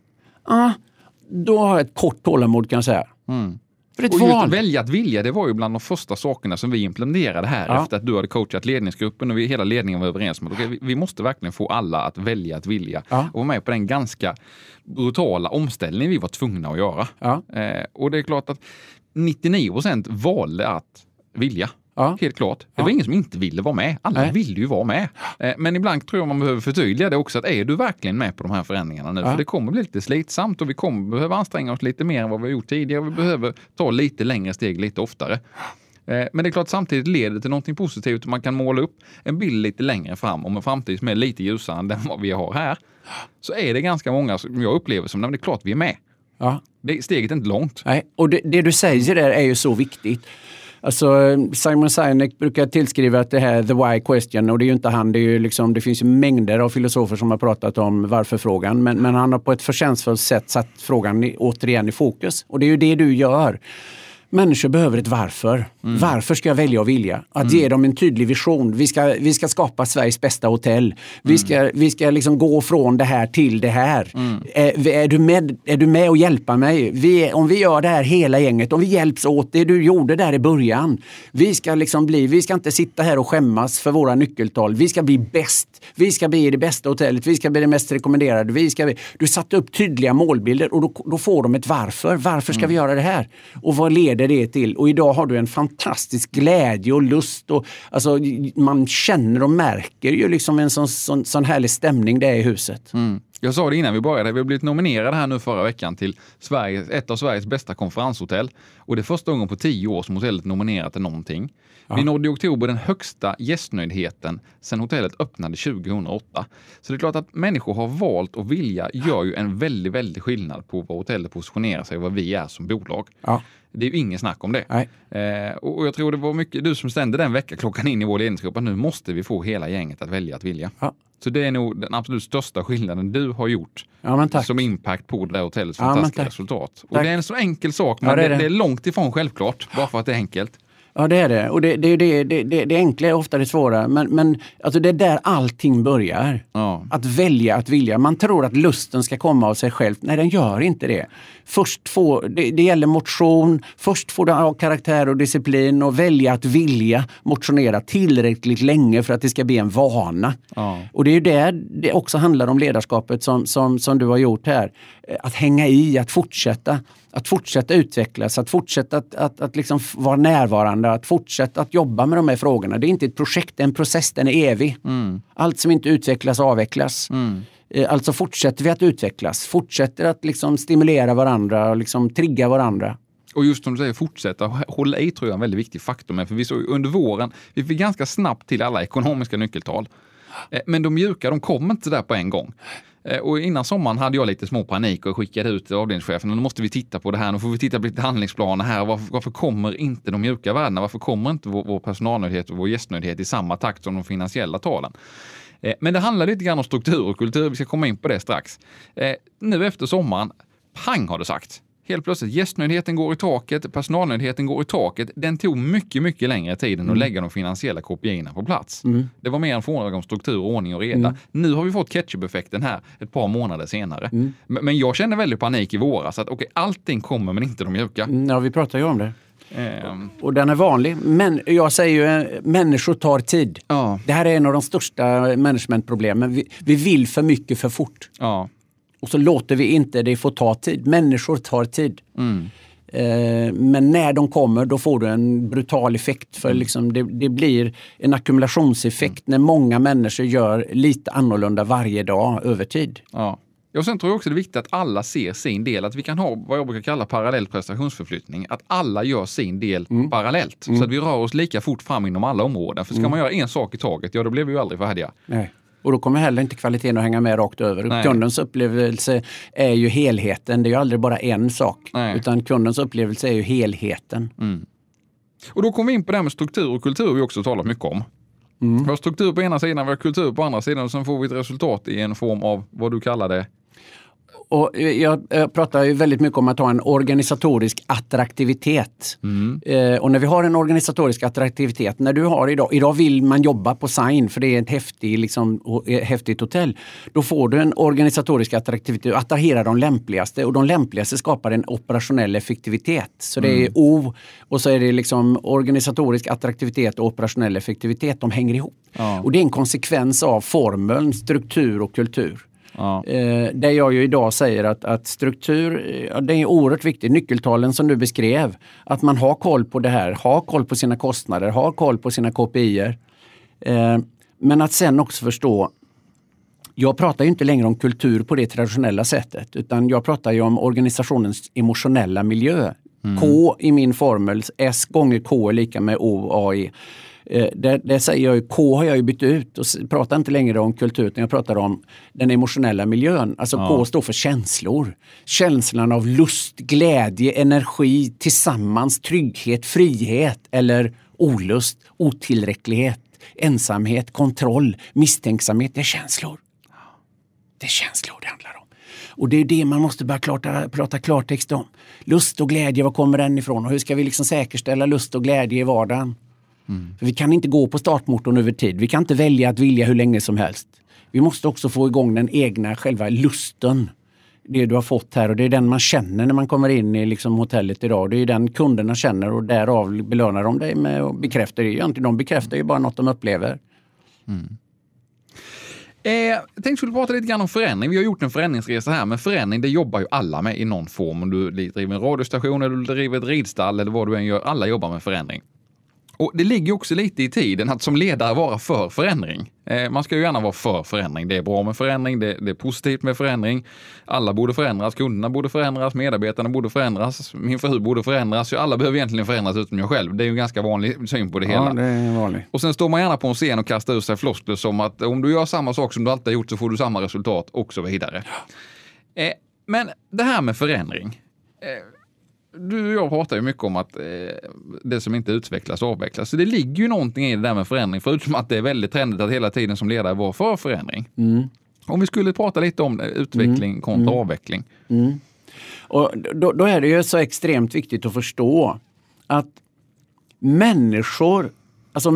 då har jag ett kort tålamod kan jag säga. Och just att välja att vilja, det var ju bland de första sakerna som vi implementerade här efter att du hade coachat ledningsgruppen och hela ledningen var överens med att vi måste verkligen få alla att välja att vilja och vara med på den ganska brutala omställning vi var tvungna att göra. Och det är klart att 99% valde att vilja. Helt klart. Det var ingen som inte ville vara med. Alla ville ju vara med. Men ibland tror jag man behöver förtydliga det också. Att är du verkligen med på de här förändringarna nu? För det kommer bli lite slitsamt och vi kommer behöva anstränga oss lite mer än vad vi har gjort tidigare. Vi behöver ta lite längre steg lite oftare. Men det är klart samtidigt leder till någonting positivt. Man kan måla upp en bild lite längre fram om en framtid som är lite ljusare än vad vi har här. Så är det ganska många som jag upplever som när det är klart vi är med. Steget är inte långt. Nej, och det du säger där är ju så viktigt. Alltså Simon Sinek brukar tillskriva att det här the why question, och det är ju inte han, det är ju liksom, det finns ju mängder av filosofer som har pratat om varför-frågan, men han har på ett förtjänstfullt sätt satt frågan återigen i fokus, och det är ju det du gör. Människor behöver ett varför. Varför ska jag välja och vilja? Att ge dem en tydlig vision. Vi ska skapa Sveriges bästa hotell. Vi ska liksom gå från det här till det här. Är du med och hjälpa mig? Om vi gör det här hela gänget, om vi hjälps åt det du gjorde där i början. Vi ska inte sitta här och skämmas för våra nyckeltal. Vi ska bli bäst. Vi ska bli det bästa hotellet. Vi ska bli det mest rekommenderade. Du satte upp tydliga målbilder, och då får de ett varför. Varför ska vi göra det här? Och vad leder det till? Och idag har du en fantastisk glädje och lust, och alltså, man känner och märker ju liksom en sån härlig stämning det är i huset. Jag sa det innan vi började, vi har blivit nominerade här nu förra veckan till ett av Sveriges bästa konferenshotell, och det är första gången på 10 år som hotellet nominerat till någonting. Vi nådde i oktober den högsta gästnöjdheten sedan hotellet öppnade 2008. Så det är klart att människor har valt och vilja gör ju en väldigt, väldigt skillnad på vad hotellet positionerar sig och vad vi är som bolag. Ja. Det är ju ingen snack om det. Och jag tror det var mycket du som stämde den veckaklockan in i vår ledningsgrupp, att nu måste vi få hela gänget att välja att vilja. Ja. Så det är nog den absolut största skillnaden du har gjort som impact på det där hotellets fantastiska resultat. Och det är en så enkel sak, men det är långt ifrån självklart, bara för att det är enkelt. Ja, det är det. Och det enkla är ofta det svåra. Men alltså det är där allting börjar. Ja. Att välja, att vilja. Man tror att lusten ska komma av sig själv. Nej, den gör inte det. Det gäller motion. Först får du ha karaktär och disciplin, och välja att vilja motionera tillräckligt länge för att det ska bli en vana. Ja. Och det är ju där det också handlar om ledarskapet som du har gjort här. Att hänga i, att fortsätta utvecklas, att fortsätta att liksom vara närvarande, att fortsätta att jobba med de här frågorna. Det är inte ett projekt, det är en process, den är evig. Allt som inte utvecklas avvecklas. Alltså fortsätter vi att utvecklas, fortsätter att liksom stimulera varandra och liksom trigga varandra. Och just som du säger, fortsätta hålla i, tror jag är en väldigt viktig faktor med. För vi såg under våren, vi fick ganska snabbt till alla ekonomiska nyckeltal. Men de mjuka, de kom inte där på en gång. Och innan sommaren hade jag lite små panik och skickade ut till avdelningschefen. Nu måste vi titta på det här, nu får vi titta på lite handlingsplaner här. Varför kommer inte de mjuka värdena? Varför kommer inte vår personalnöjdhet och vår gästnöjdhet i samma takt som de finansiella talen? Men det handlar lite grann om struktur och kultur. Vi ska komma in på det strax. Nu efter sommaren, pang har du sagt. Helt plötsligt, gästnöjdheten går i taket, personalnöjdheten går i taket. Den tog mycket, mycket längre tid än att lägga de finansiella KPI:erna på plats. Det var mer en fråga om struktur, ordning och reda. Nu har vi fått ketchup-effekten här ett par månader senare. Men jag känner väldigt panik i våras att allting kommer men inte de mjuka. Ja, vi pratar ju om det. Och den är vanlig. Men jag säger ju, människor tar tid. Ja. Det här är en av de största managementproblemen. Vi vill för mycket för fort. Ja. Och så låter vi inte det få ta tid. Människor tar tid. Men när de kommer, då får du en brutal effekt. För liksom det blir en ackumulationseffekt när många människor gör lite annorlunda varje dag över tid. Ja. Och sen tror jag också det är viktigt att alla ser sin del. Att vi kan ha vad jag brukar kalla parallell prestationsförflyttning. Att alla gör sin del parallellt. Så att vi rör oss lika fort fram inom alla områden. För ska man göra en sak i taget, då blir vi ju aldrig färdiga. Nej. Och då kommer heller inte kvaliteten att hänga med rakt över. Nej. Kundens upplevelse är ju helheten. Det är ju aldrig bara en sak. Nej. Utan kundens upplevelse är ju helheten. Och då kommer vi in på det här med struktur och kultur vi också talat mycket om. Vi har struktur på ena sidan, vi har kultur på andra sidan, och sen får vi ett resultat i en form av vad du kallar det. Och jag pratar ju väldigt mycket om att ha en organisatorisk attraktivitet. Och när vi har en organisatorisk attraktivitet, när du har idag vill man jobba på Sign för det är ett häftigt hotell. Då får du en organisatorisk attraktivitet och attraherar de lämpligaste, och de lämpligaste skapar en operationell effektivitet. Så det är O, och så är det liksom organisatorisk attraktivitet och operationell effektivitet, de hänger ihop. Ja. Och det är en konsekvens av formeln, struktur och kultur. Ja. Där jag ju idag säger att struktur, det är oerhört viktigt. Nyckeltalen som du beskrev, att man har koll på det här, har koll på sina kostnader, har koll på sina KPI:er. Men att sen också förstå, jag pratar ju inte längre om kultur på det traditionella sättet, utan jag pratar ju om organisationens emotionella miljö. K i min formel, S gånger K är lika med O, A, E. Där säger jag ju, K har jag ju bytt ut och pratar inte längre om kultur utan jag pratar om den emotionella miljön. Alltså K står för känslor. Känslan av lust, glädje, energi, tillsammans, trygghet, frihet eller olust, otillräcklighet, ensamhet, kontroll, misstänksamhet. Det är känslor. Det är känslor det handlar om. Och det är det man måste börja prata klartext om. Lust och glädje, var kommer den ifrån? Och hur ska vi liksom säkerställa lust och glädje i vardagen? För vi kan inte gå på startmotorn över tid. Vi kan inte välja att vilja hur länge som helst. Vi måste också få igång den egna själva lusten. Det du har fått här och det är den man känner när man kommer in i liksom hotellet idag. Det är den kunderna känner och därav belönar de dig med och bekräftar det. De bekräftar ju bara något de upplever. Jag tänkte att vi skulle prata lite grann om förändring. Vi har gjort en förändringsresa här, men förändring det jobbar ju alla med i någon form. Om du driver en radiostation eller du driver ett ridstall eller vad du än gör, alla jobbar med förändring. Och det ligger också lite i tiden att som ledare vara för förändring. Man ska ju gärna vara för förändring. Det är bra med förändring, det är positivt med förändring. Alla borde förändras, kunderna borde förändras, medarbetarna borde förändras, min fru borde förändras. Alla behöver egentligen förändras utom jag själv. Det är ju en ganska vanlig syn på det hela. Ja, det är vanligt. Och sen står man gärna på en scen och kastar ut sig floskler som att om du gör samma sak som du alltid har gjort så får du samma resultat och så vidare. Men det här med förändring... Du och jag pratar ju mycket om att det som inte utvecklas avvecklas. Så det ligger ju någonting i det där med förändring. Förutom att det är väldigt trendigt att hela tiden som ledare vara för förändring. Om vi skulle prata lite om det, utveckling kontra avveckling. Och då är det ju så extremt viktigt att förstå att människor, alltså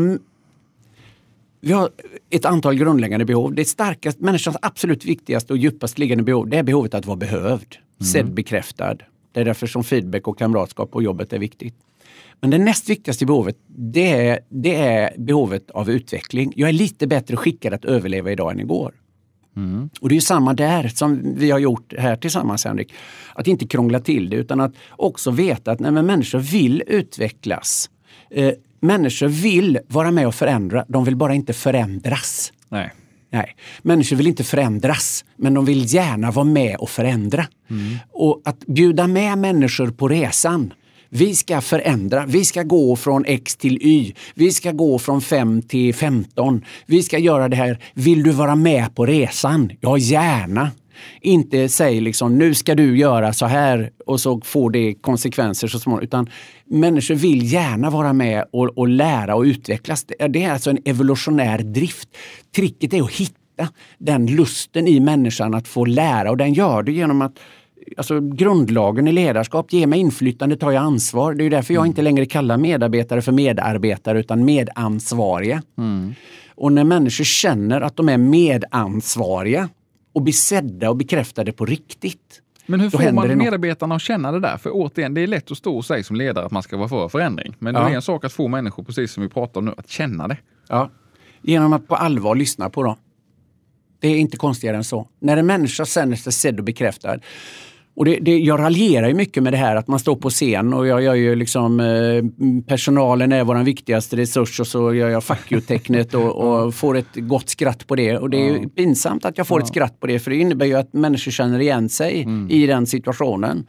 vi har ett antal grundläggande behov. Det starkaste, människans absolut viktigaste och djupast liggande behov, det är behovet att vara behövd. Sedd, bekräftad. Det är därför som feedback och kamratskap på jobbet är viktigt. Men det näst viktigaste behovet, det är behovet av utveckling. Jag är lite bättre skickad att överleva idag än igår. Och det är ju samma där som vi har gjort här tillsammans, Henrik. Att inte krångla till det utan att också veta att människor vill utvecklas. Människor vill vara med och förändra. De vill bara inte förändras. Nej. Människor vill inte förändras, men de vill gärna vara med och förändra. Och att bjuda med människor på resan. Vi ska förändra, vi ska gå från X till Y, vi ska gå från 5 till 15. Vi ska göra det här, vill du vara med på resan? Ja, gärna. Inte säg liksom, nu ska du göra så här och så får det konsekvenser så småningom. Utan människor vill gärna vara med och lära och utvecklas. Det är alltså en evolutionär drift. Tricket är att hitta den lusten i människan att få lära. Och den gör det genom att, alltså grundlagen i ledarskap, ge mig inflytande, tar jag ansvar. Det är ju därför jag inte längre kallar medarbetare för medarbetare utan medansvariga. Och när människor känner att de är medansvariga och bli sedda och bekräftade på riktigt. Men hur får man medarbetarna att känna det där? För återigen, det är lätt att stå och säga som ledare att man ska vara för förändring. Men det är en sak att få människor, precis som vi pratar om nu, att känna det. Ja, genom att på allvar lyssna på dem. Det är inte konstigare än så. När en människa känner sig sedd och bekräftad. Och jag raljerar ju mycket med det här att man står på scen och jag gör ju liksom personalen är vår viktigaste resurs och så gör jag fuck you-tecknet och får ett gott skratt på det. Och det är ju pinsamt att jag får ett skratt på det för det innebär ju att människor känner igen sig i den situationen.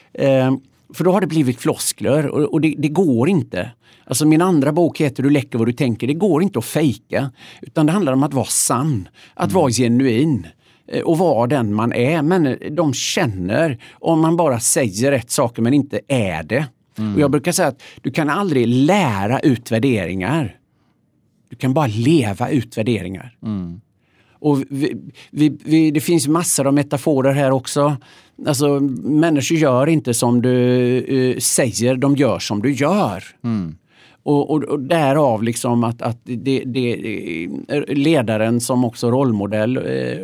För då har det blivit floskler och det går inte. Alltså min andra bok heter Du läcker vad du tänker. Det går inte att fejka utan det handlar om att vara sann, att vara genuin. Och vara den man är. Men de känner om man bara säger rätt saker men inte är det. Och jag brukar säga att du kan aldrig lära ut värderingar. Du kan bara leva ut värderingar. Och det finns massor av metaforer här också. Alltså människor gör inte som du säger, de gör som du gör. Och därav liksom att det ledaren som också rollmodell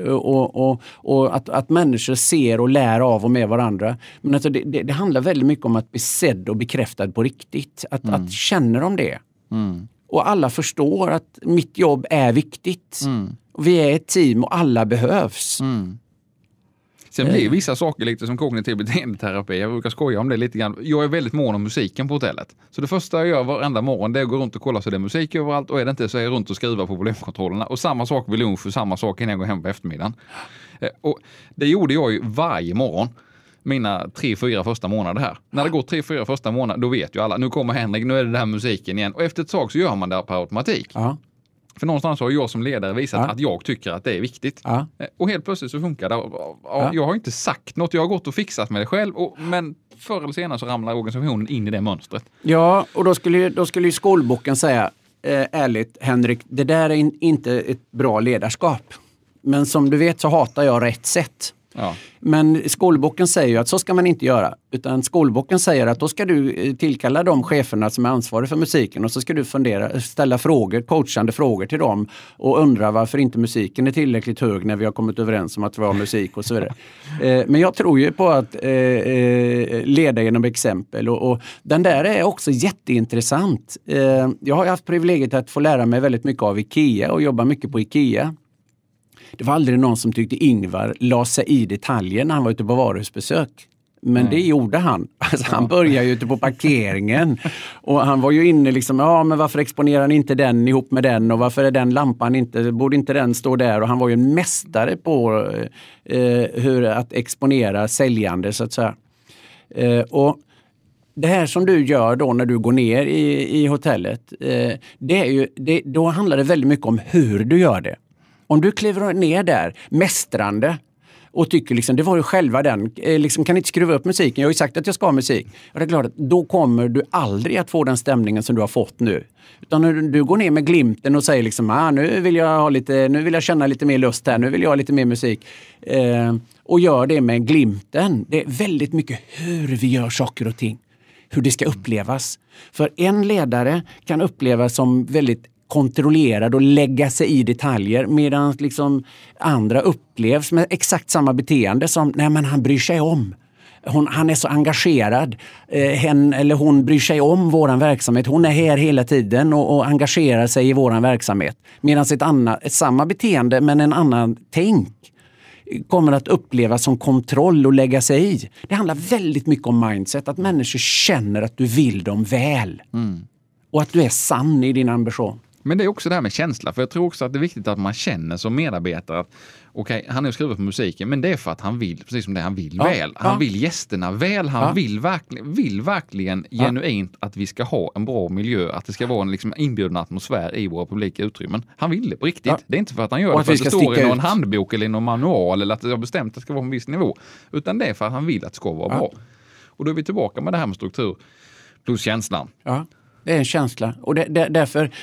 och att människor ser och lär av och med varandra. Men alltså det handlar väldigt mycket om att bli sedd och bekräftad på riktigt. Att känna de det. Och alla förstår att mitt jobb är viktigt. Vi är ett team och alla behövs. Sen blir vissa saker lite som kognitiv beteendeterapi. Jag brukar skoja om det lite grann. Jag är väldigt mån om musiken på hotellet. Så det första jag gör varenda morgon det är att gå runt och kolla så det är musik överallt. Och är det inte så är jag runt och skriva på volymkontrollerna. Och samma sak vid lunch och samma sak innan jag går hem på eftermiddagen. Och det gjorde jag ju varje morgon. mina 3-4 första månader här. När det går 3-4 första månader, då vet ju alla, nu kommer Henrik, nu är det den här musiken igen. Och efter ett tag så gör man det på automatik. Ja. För någonstans har jag som ledare visat att jag tycker att det är viktigt. Ja. Och helt plötsligt så funkar det. Jag har inte sagt något, jag har gått och fixat med det själv. Men förr eller senare så ramlar organisationen in i det mönstret. Ja, och då skulle ju skolboken säga, ärligt Henrik, det där är inte ett bra ledarskap. Men som du vet så hatar jag rätt sätt. Ja. Men skolboken säger ju att så ska man inte göra. Utan skolboken säger att då ska du tillkalla de cheferna som är ansvariga för musiken och så ska du ställa frågor, coachande frågor till dem och undra varför inte musiken är tillräckligt hög när vi har kommit överens om att vi har musik och så vidare. Men jag tror ju på att leda genom exempel och den där är också jätteintressant. Jag har haft privilegiet att få lära mig väldigt mycket av IKEA och jobba mycket på IKEA. Det var aldrig någon som tyckte Ingvar la sig i detaljer när han var ute på varuhusbesök. Men det gjorde han. Alltså, han började ju ute på parkeringen. Och han var ju inne liksom, men varför exponerar han inte den ihop med den? Och varför är den lampan inte, borde inte den stå där? Och han var ju en mästare på hur att exponera säljande så att säga. Och det här som du gör då när du går ner i hotellet, då handlar det väldigt mycket om hur du gör det. Om du kliver ner där, mästrande, och tycker liksom, det var ju själva den, liksom, kan inte skruva upp musiken, jag har ju sagt att jag ska ha musik. Och det är klart att då kommer du aldrig att få den stämningen som du har fått nu. Utan när du går ner med glimten och säger liksom, nu vill jag känna lite mer lust här, nu vill jag ha lite mer musik. Och gör det med glimten. Det är väldigt mycket hur vi gör saker och ting. Hur det ska upplevas. För en ledare kan upplevas som väldigt kontrollerad och lägga sig i detaljer medan liksom andra upplevs med exakt samma beteende som, nej men han bryr sig om. Han är så engagerad. Hen eller hon bryr sig om våran verksamhet. Hon är här hela tiden och engagerar sig i våran verksamhet. Medan ett samma beteende men en annan tänk kommer att upplevas som kontroll och lägga sig i. Det handlar väldigt mycket om mindset. Att människor känner att du vill dem väl. Och att du är sann i din ambition. Men det är också det här med känsla, för jag tror också att det är viktigt att man känner som medarbetare att okej, han har skrivit på musiken, men det är för att han vill, precis som det han vill väl. Han vill gästerna väl, han vill verkligen genuint att vi ska ha en bra miljö, att det ska vara en liksom inbjudande atmosfär i våra publika utrymmen. Han vill det på riktigt. Det är inte för att han gör det för att det står i någon handbok eller i någon manual eller att det har bestämt att det ska vara på en viss nivå, utan det är för att han vill att det ska vara bra. Och då är vi tillbaka med det här med struktur plus känslan. Ja. Det är en känsla. Och det är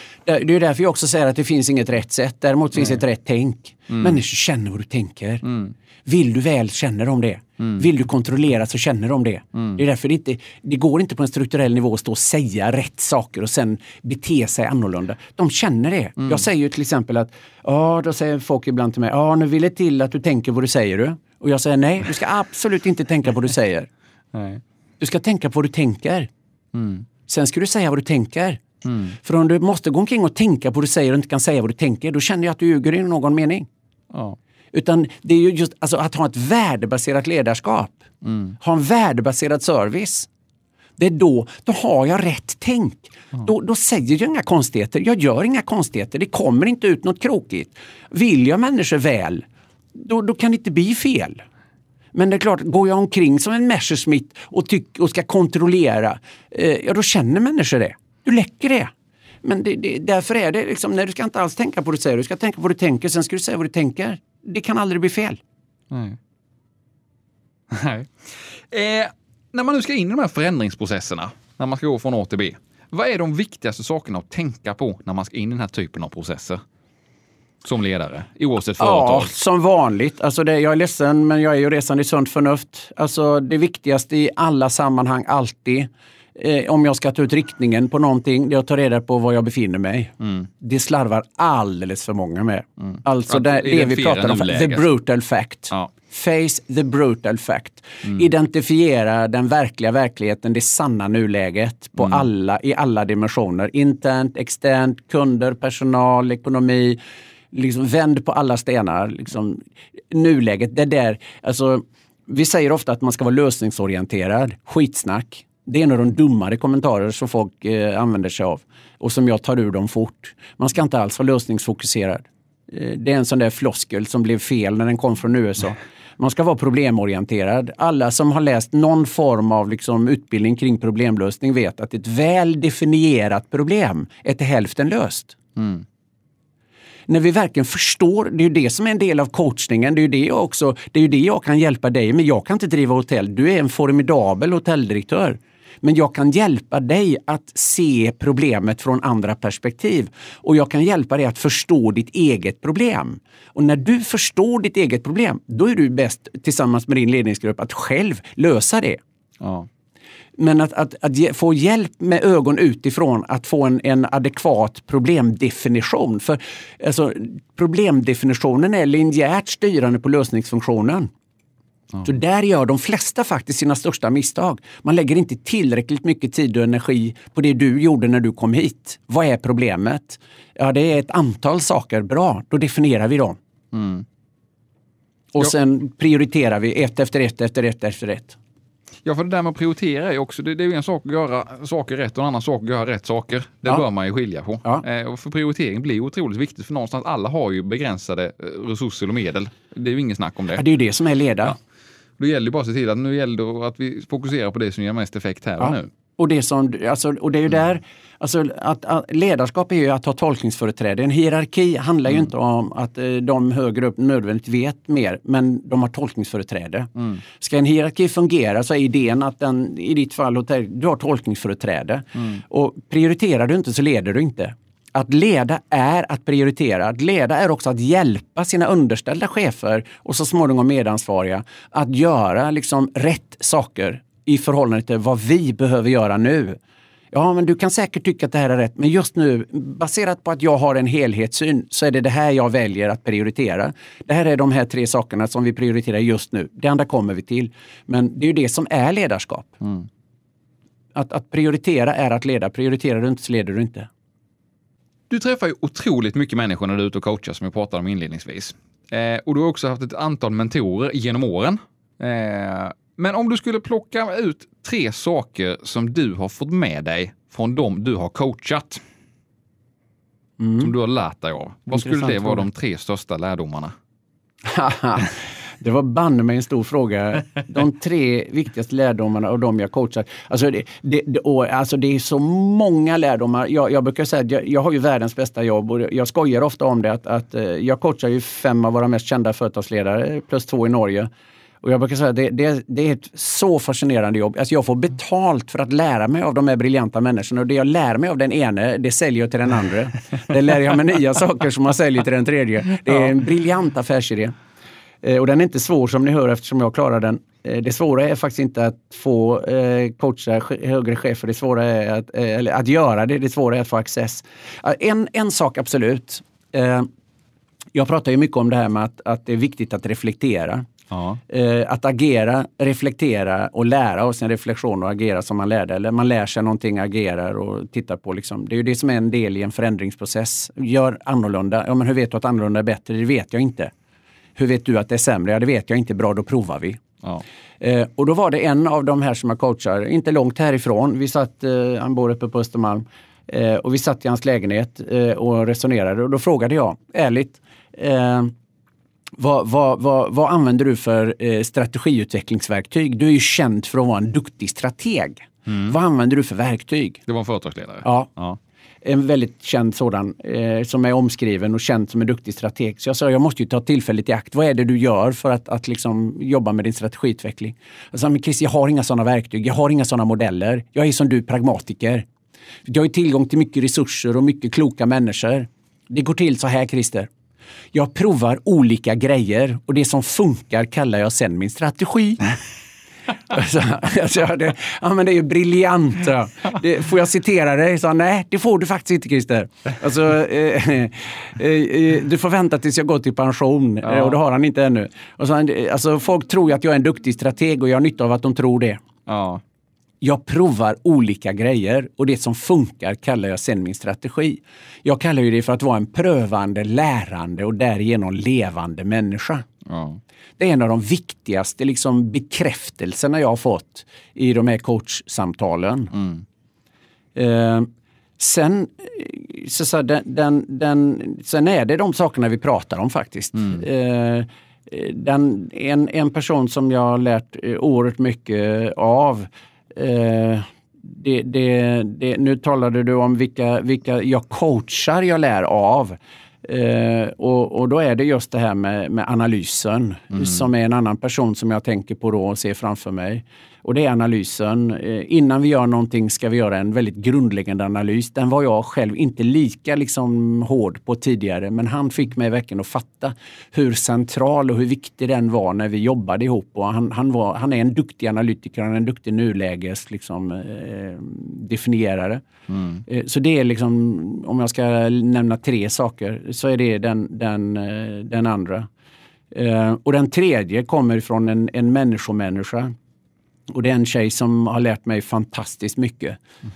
därför jag också säger att det finns inget rätt sätt. Däremot finns ett rätt tänk. Människor känner vad du tänker. Vill du väl, känner de det. Vill du kontrollera så känner de det. Det är därför det går inte på en strukturell nivå att stå och säga rätt saker och sen bete sig annorlunda. De känner det. Jag säger ju till exempel att då säger folk ibland till mig, nu vill det till att du tänker vad du säger du. Och jag säger nej, du ska absolut inte tänka på vad du säger. Nej. Du ska tänka på vad du tänker. Sen ska du säga vad du tänker. För om du måste gå omkring och tänka på vad du säger och inte kan säga vad du tänker, då känner jag att du ljuger i någon mening. Ja. Utan det är ju just alltså, att ha ett värdebaserat ledarskap. Ha en värdebaserad service. Det är då har jag rätt tänk. Då säger jag inga konstigheter. Jag gör inga konstigheter. Det kommer inte ut något krokigt. Vill jag människor väl, då kan det inte bli fel. Men det är klart, går jag omkring som en Messerschmitt och ska kontrollera, då känner människor det. Du läcker det. Men därför är det liksom, när du ska inte alls tänka på vad du säger, du ska tänka på vad du tänker, sen ska du säga vad du tänker. Det kan aldrig bli fel. Nej. När man nu ska in i de här förändringsprocesserna, när man ska gå från A till B, vad är de viktigaste sakerna att tänka på när man ska in i den här typen av processer? Som ledare, oavsett företag. Ja, som vanligt. Alltså jag är ledsen, men jag är ju resande i sunt förnuft. Alltså det viktigaste i alla sammanhang, alltid, om jag ska ta ut riktningen på någonting, det är att ta reda på var jag befinner mig. Det slarvar alldeles för många med. Alltså det vi pratar om, the brutal fact. Ja. Face the brutal fact. Identifiera den verkliga verkligheten, det sanna nuläget på i alla dimensioner. Internt, externt, kunder, personal, ekonomi. Liksom vänd på alla stenar. Liksom, nuläget, det där. Alltså, vi säger ofta att man ska vara lösningsorienterad. Skitsnack. Det är en av de dummare kommentarer som folk använder sig av. Och som jag tar ur dem fort. Man ska inte alls vara lösningsfokuserad. Det är en sån där floskel som blev fel när den kom från USA. Man ska vara problemorienterad. Alla som har läst någon form av liksom utbildning kring problemlösning vet att ett väl definierat problem är till hälften löst. Mm. När vi verkligen förstår, det är ju det som är en del av coachningen, det är ju det jag kan hjälpa dig med. Jag kan inte driva hotell, du är en formidabel hotelldirektör. Men jag kan hjälpa dig att se problemet från andra perspektiv. Och jag kan hjälpa dig att förstå ditt eget problem. Och när du förstår ditt eget problem, då är du bäst tillsammans med din ledningsgrupp att själv lösa det. Ja. Men att få hjälp med ögon utifrån att få en adekvat problemdefinition. För alltså, problemdefinitionen är linjärt styrande på lösningsfunktionen. Ja. Så där gör de flesta faktiskt sina största misstag. Man lägger inte tillräckligt mycket tid och energi på det du gjorde när du kom hit. Vad är problemet? Ja, det är ett antal saker. Bra, då definierar vi dem. Mm. Och sen prioriterar vi ett efter ett. Ja, för det där med att prioritera är också, det är ju en sak att göra saker rätt och en annan sak att göra rätt saker. Det bör man ju skilja på. Ja. Och för prioritering blir otroligt viktigt, för någonstans alla har ju begränsade resurser och medel. Det är ju ingen snack om det. Ja, det är ju det som är leda. Ja. Då gäller det bara att se till att nu gäller det att vi fokuserar på det som ger mest effekt här och nu. Och det är ju där, alltså att ledarskap är ju att ha tolkningsföreträde. En hierarki handlar ju inte om att de högre upp nödvändigt vet mer, men de har tolkningsföreträde. Mm. Ska en hierarki fungera så är idén att den, i ditt fall, du har tolkningsföreträde. Mm. Och prioriterar du inte så leder du inte. Att leda är att prioritera. Att leda är också att hjälpa sina underställda chefer och så småningom medansvariga att göra liksom rätt saker i förhållande till vad vi behöver göra nu. Ja, men du kan säkert tycka att det här är rätt, men just nu, baserat på att jag har en helhetssyn, så är det här jag väljer att prioritera. Det här är de här 3 sakerna som vi prioriterar just nu. Det andra kommer vi till. Men det är ju det som är ledarskap. Mm. Att prioritera är att leda. Prioriterar du inte så leder du inte. Du träffar ju otroligt mycket människor när du är ute och coachar, som jag pratade om inledningsvis. Och du har också haft ett antal mentorer genom åren. Men om du skulle plocka ut 3 saker som du har fått med dig från dem du har coachat, som du har lärt dig av. Vad skulle det vara de 3 största lärdomarna? Det var banne med en stor fråga. De 3 viktigaste lärdomarna av dem jag coachar. Alltså det är så många lärdomar. Jag brukar säga att jag har ju världens bästa jobb, och jag skojar ofta om det att jag coachar ju 5 av våra mest kända företagsledare plus 2 i Norge. Och jag brukar säga att det är ett så fascinerande jobb. Alltså jag får betalt för att lära mig av de här briljanta människorna. Och det jag lär mig av den ene, det säljer jag till den andra. Det lär jag mig nya saker som man säljer till den tredje. Det är en briljant affärsidé. Och den är inte svår som ni hör, eftersom jag klarar den. Det svåra är faktiskt inte att få coacha högre chefer. Det svåra är att göra det. Det svåra är att få access. En sak absolut. Jag pratar ju mycket om det här med att det är viktigt att reflektera. Ja. Att agera, reflektera och lära av sin reflektion och agera som man lärde. Eller man lär sig någonting, agerar och tittar på. Liksom. Det är ju det som är en del i en förändringsprocess. Gör annorlunda. Ja, men hur vet du att annorlunda är bättre? Det vet jag inte. Hur vet du att det är sämre? Ja, det vet jag inte. Bra, då provar vi. Ja. Och då var det en av de här som jag coachar, inte långt härifrån. Vi satt, han bor uppe på Östermalm. Och vi satt i hans lägenhet och resonerade. Och då frågade jag, ärligt, vad använder du för strategiutvecklingsverktyg? Du är ju känd för att vara en duktig strateg. Mm. Vad använder du för verktyg? Det var en företagsledare. Ja. En väldigt känd sådan som är omskriven och känd som en duktig strateg. Så jag sa, jag måste ju ta tillfället i akt. Vad är det du gör för att liksom jobba med din strategiutveckling? Jag sa, men Chris, jag har inga sådana verktyg. Jag har inga sådana modeller. Jag är som du, pragmatiker. Jag har ju tillgång till mycket resurser och mycket kloka människor. Det går till så här, Christer. Jag provar olika grejer och det som funkar kallar jag sen min strategi. Men det är ju briljant. Får jag citera dig? Så, nej, det får du faktiskt inte, Christer. Du får vänta tills jag går till pension. Ja. Och det har han inte ännu. Och så, folk tror ju att jag är en duktig strateg och jag har nytta av att de tror det. Ja. Jag provar olika grejer och det som funkar kallar jag sen min strategi. Jag kallar ju det för att vara en prövande, lärande och därigenom levande människa. Ja. Det är en av de viktigaste liksom, bekräftelserna jag har fått i de här coachsamtalen. Sen är det de sakerna vi pratar om faktiskt. En person som jag har lärt oerhört mycket av. Nu talade du om vilka jag coachar jag lär av. Och då är det just det här med analysen som är en annan person som jag tänker på då och ser framför mig. Och det är analysen. Innan vi gör någonting ska vi göra en väldigt grundläggande analys. Den var jag själv inte lika hård på tidigare, men han fick mig verkligen att fatta hur central och hur viktig den var när vi jobbade ihop. Och han är en duktig analytiker, han är en duktig nuläges definierare. Så det är om jag ska nämna 3 saker så är det den andra. Och den tredje kommer från en människa. Och det är en tjej som har lärt mig fantastiskt mycket.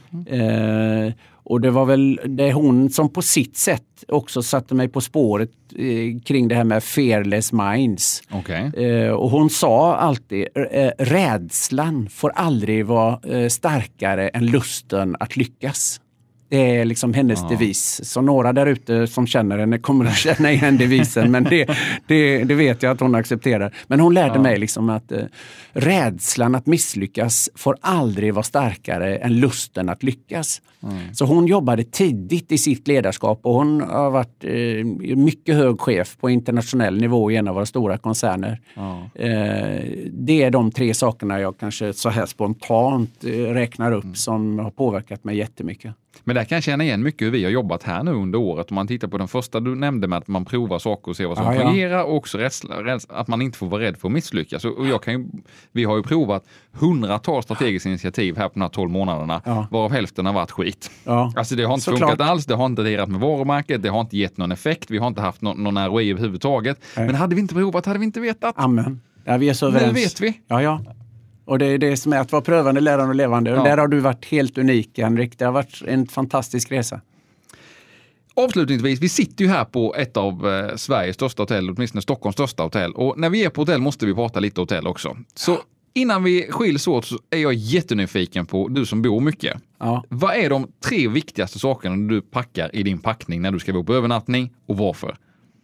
Och det är hon som på sitt sätt också satte mig på spåret kring det här med fearless minds. Okay. Och hon sa alltid, rädslan får aldrig vara starkare än lusten att lyckas. Det är hennes devis. Så några där ute som känner henne kommer att känna igen devisen. Men det vet jag att hon accepterar. Men hon lärde mig att rädslan att misslyckas får aldrig vara starkare än lusten att lyckas. Så hon jobbade tidigt i sitt ledarskap och hon har varit mycket hög chef på internationell nivå i en av våra stora koncerner. Det är de 3 sakerna jag kanske så här spontant räknar upp som har påverkat mig jättemycket. Men där kan jag känna igen mycket hur vi har jobbat här nu under året. Om man tittar på den första du nämnde med att man provar saker och ser vad som fungerar och också att man inte får vara rädd för att misslyckas. Och vi har ju provat 100-tals strategiska initiativ här på de här 12 månaderna varav hälften har varit skit. Alltså det har inte funkat alls, det har inte delat med varumärket, det har inte gett någon effekt, vi har inte haft någon ROI överhuvudtaget. Men hade vi inte provat, hade vi inte vetat. Amen. Ja, vi är så överens. Nu vet vi. Ja. Och det är det som är att vara prövande, lärande och levande. Och där har du varit helt unik, Henrik. Det har varit en fantastisk resa. Avslutningsvis, vi sitter ju här på ett av Sveriges största hotell, åtminstone Stockholms största hotell. Och när vi är på hotell måste vi prata lite hotell också. Så innan vi skiljs åt så är jag jättenyfiken på, du som bor mycket. Vad är de 3 viktigaste sakerna du packar i din packning när du ska bo på övernattning och varför?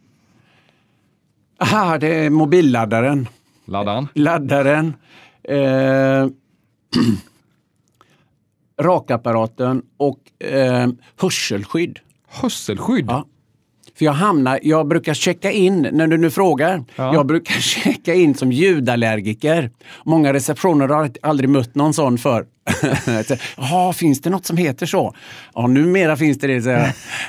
Det är mobilladdaren. Laddaren. Rakapparaten och hörselskydd. Hörselskydd? Ja. För jag brukar checka in, när du nu frågar, jag brukar checka in som ljudallergiker. Många receptioner har aldrig mött någon sån för. Finns det något som heter så? Ja, numera finns det så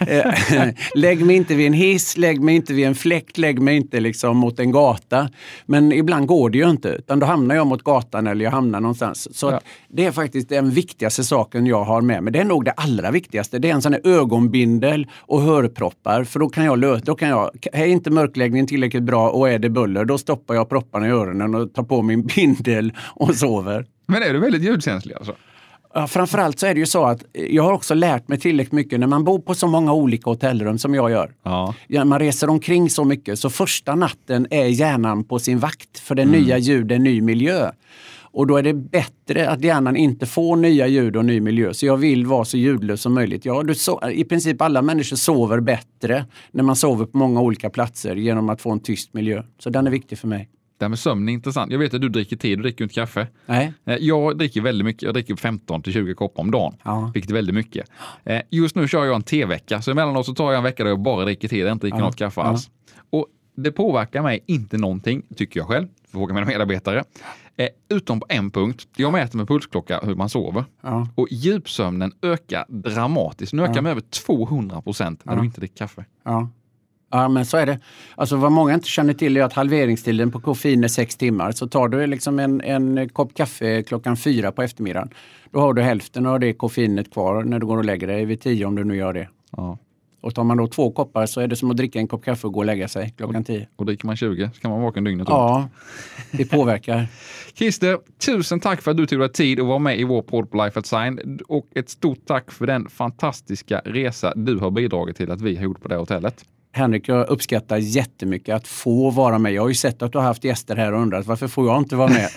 lägg mig inte vid en hiss, lägg mig inte vid en fläkt, lägg mig inte mot en gata. Men ibland går det ju inte, utan då hamnar jag mot gatan eller jag hamnar någonstans. Så det är faktiskt den viktigaste saken jag har med mig. Det är nog det allra viktigaste. Det är en sån här ögonbindel och hörproppar, för då kan jag är inte mörkläggningen tillräckligt bra och är det buller, då stoppar jag propparna i öronen och tar på min bindel och sover. Men är du väldigt ljudkänslig alltså? Ja, framförallt så är det ju så att jag har också lärt mig tillräckligt mycket när man bor på så många olika hotellrum som jag gör. Man reser omkring så mycket, så första natten är hjärnan på sin vakt för det nya ljud, en ny miljö. Och då är det bättre att hjärnan inte får nya ljud och ny miljö. Så jag vill vara så ljudlös som möjligt. I princip alla människor sover bättre när man sover på många olika platser genom att få en tyst miljö. Så den är viktig för mig. Det här med sömn är intressant. Jag vet att du dricker te, du dricker inte kaffe. Nej. Jag dricker väldigt mycket. Jag dricker 15-20 koppar om dagen. Vilket är väldigt mycket. Just nu kör jag en tevecka. Så emellanåt så tar jag en vecka där jag bara dricker te. Där jag inte dricker något kaffe alls. Och det påverkar mig inte någonting, tycker jag själv. Fråga mina medarbetare. Utom på en punkt. Jag mäter med pulsklocka hur man sover. Och djupsömnen ökar dramatiskt. Den ökar med över 200% när du inte dricker kaffe. Ja, men så är det. Alltså vad många inte känner till är att halveringstiden på koffein är 6 timmar. Så tar du en kopp kaffe 4 på eftermiddagen. Då har du hälften av det koffeinet kvar när du går och lägger dig vid 10 om du nu gör det. Och tar man då 2 koppar så är det som att dricka en kopp kaffe och gå och lägga sig 10. Och dricker man 20 så kan man vaken dygnet ut. Ja, det påverkar. Christer, tusen tack för att du tog dig tid att vara med i vår podd på Life at Sign. Och ett stort tack för den fantastiska resa du har bidragit till att vi har gjort på det hotellet. Henrik, jag uppskattar jättemycket att få vara med. Jag har ju sett att du har haft gäster här och undrat varför får jag inte vara med?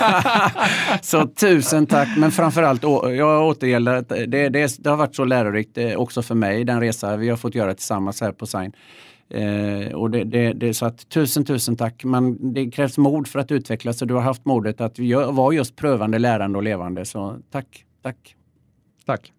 Så tusen tack, men framförallt jag återgäller att det har varit så lärorikt också för mig, den resa vi har fått göra tillsammans här på Sign. Och det är så att tusen tack. Det krävs mod för att utvecklas, och du har haft modet att vara just prövande, lärande och levande. Så tack. Tack.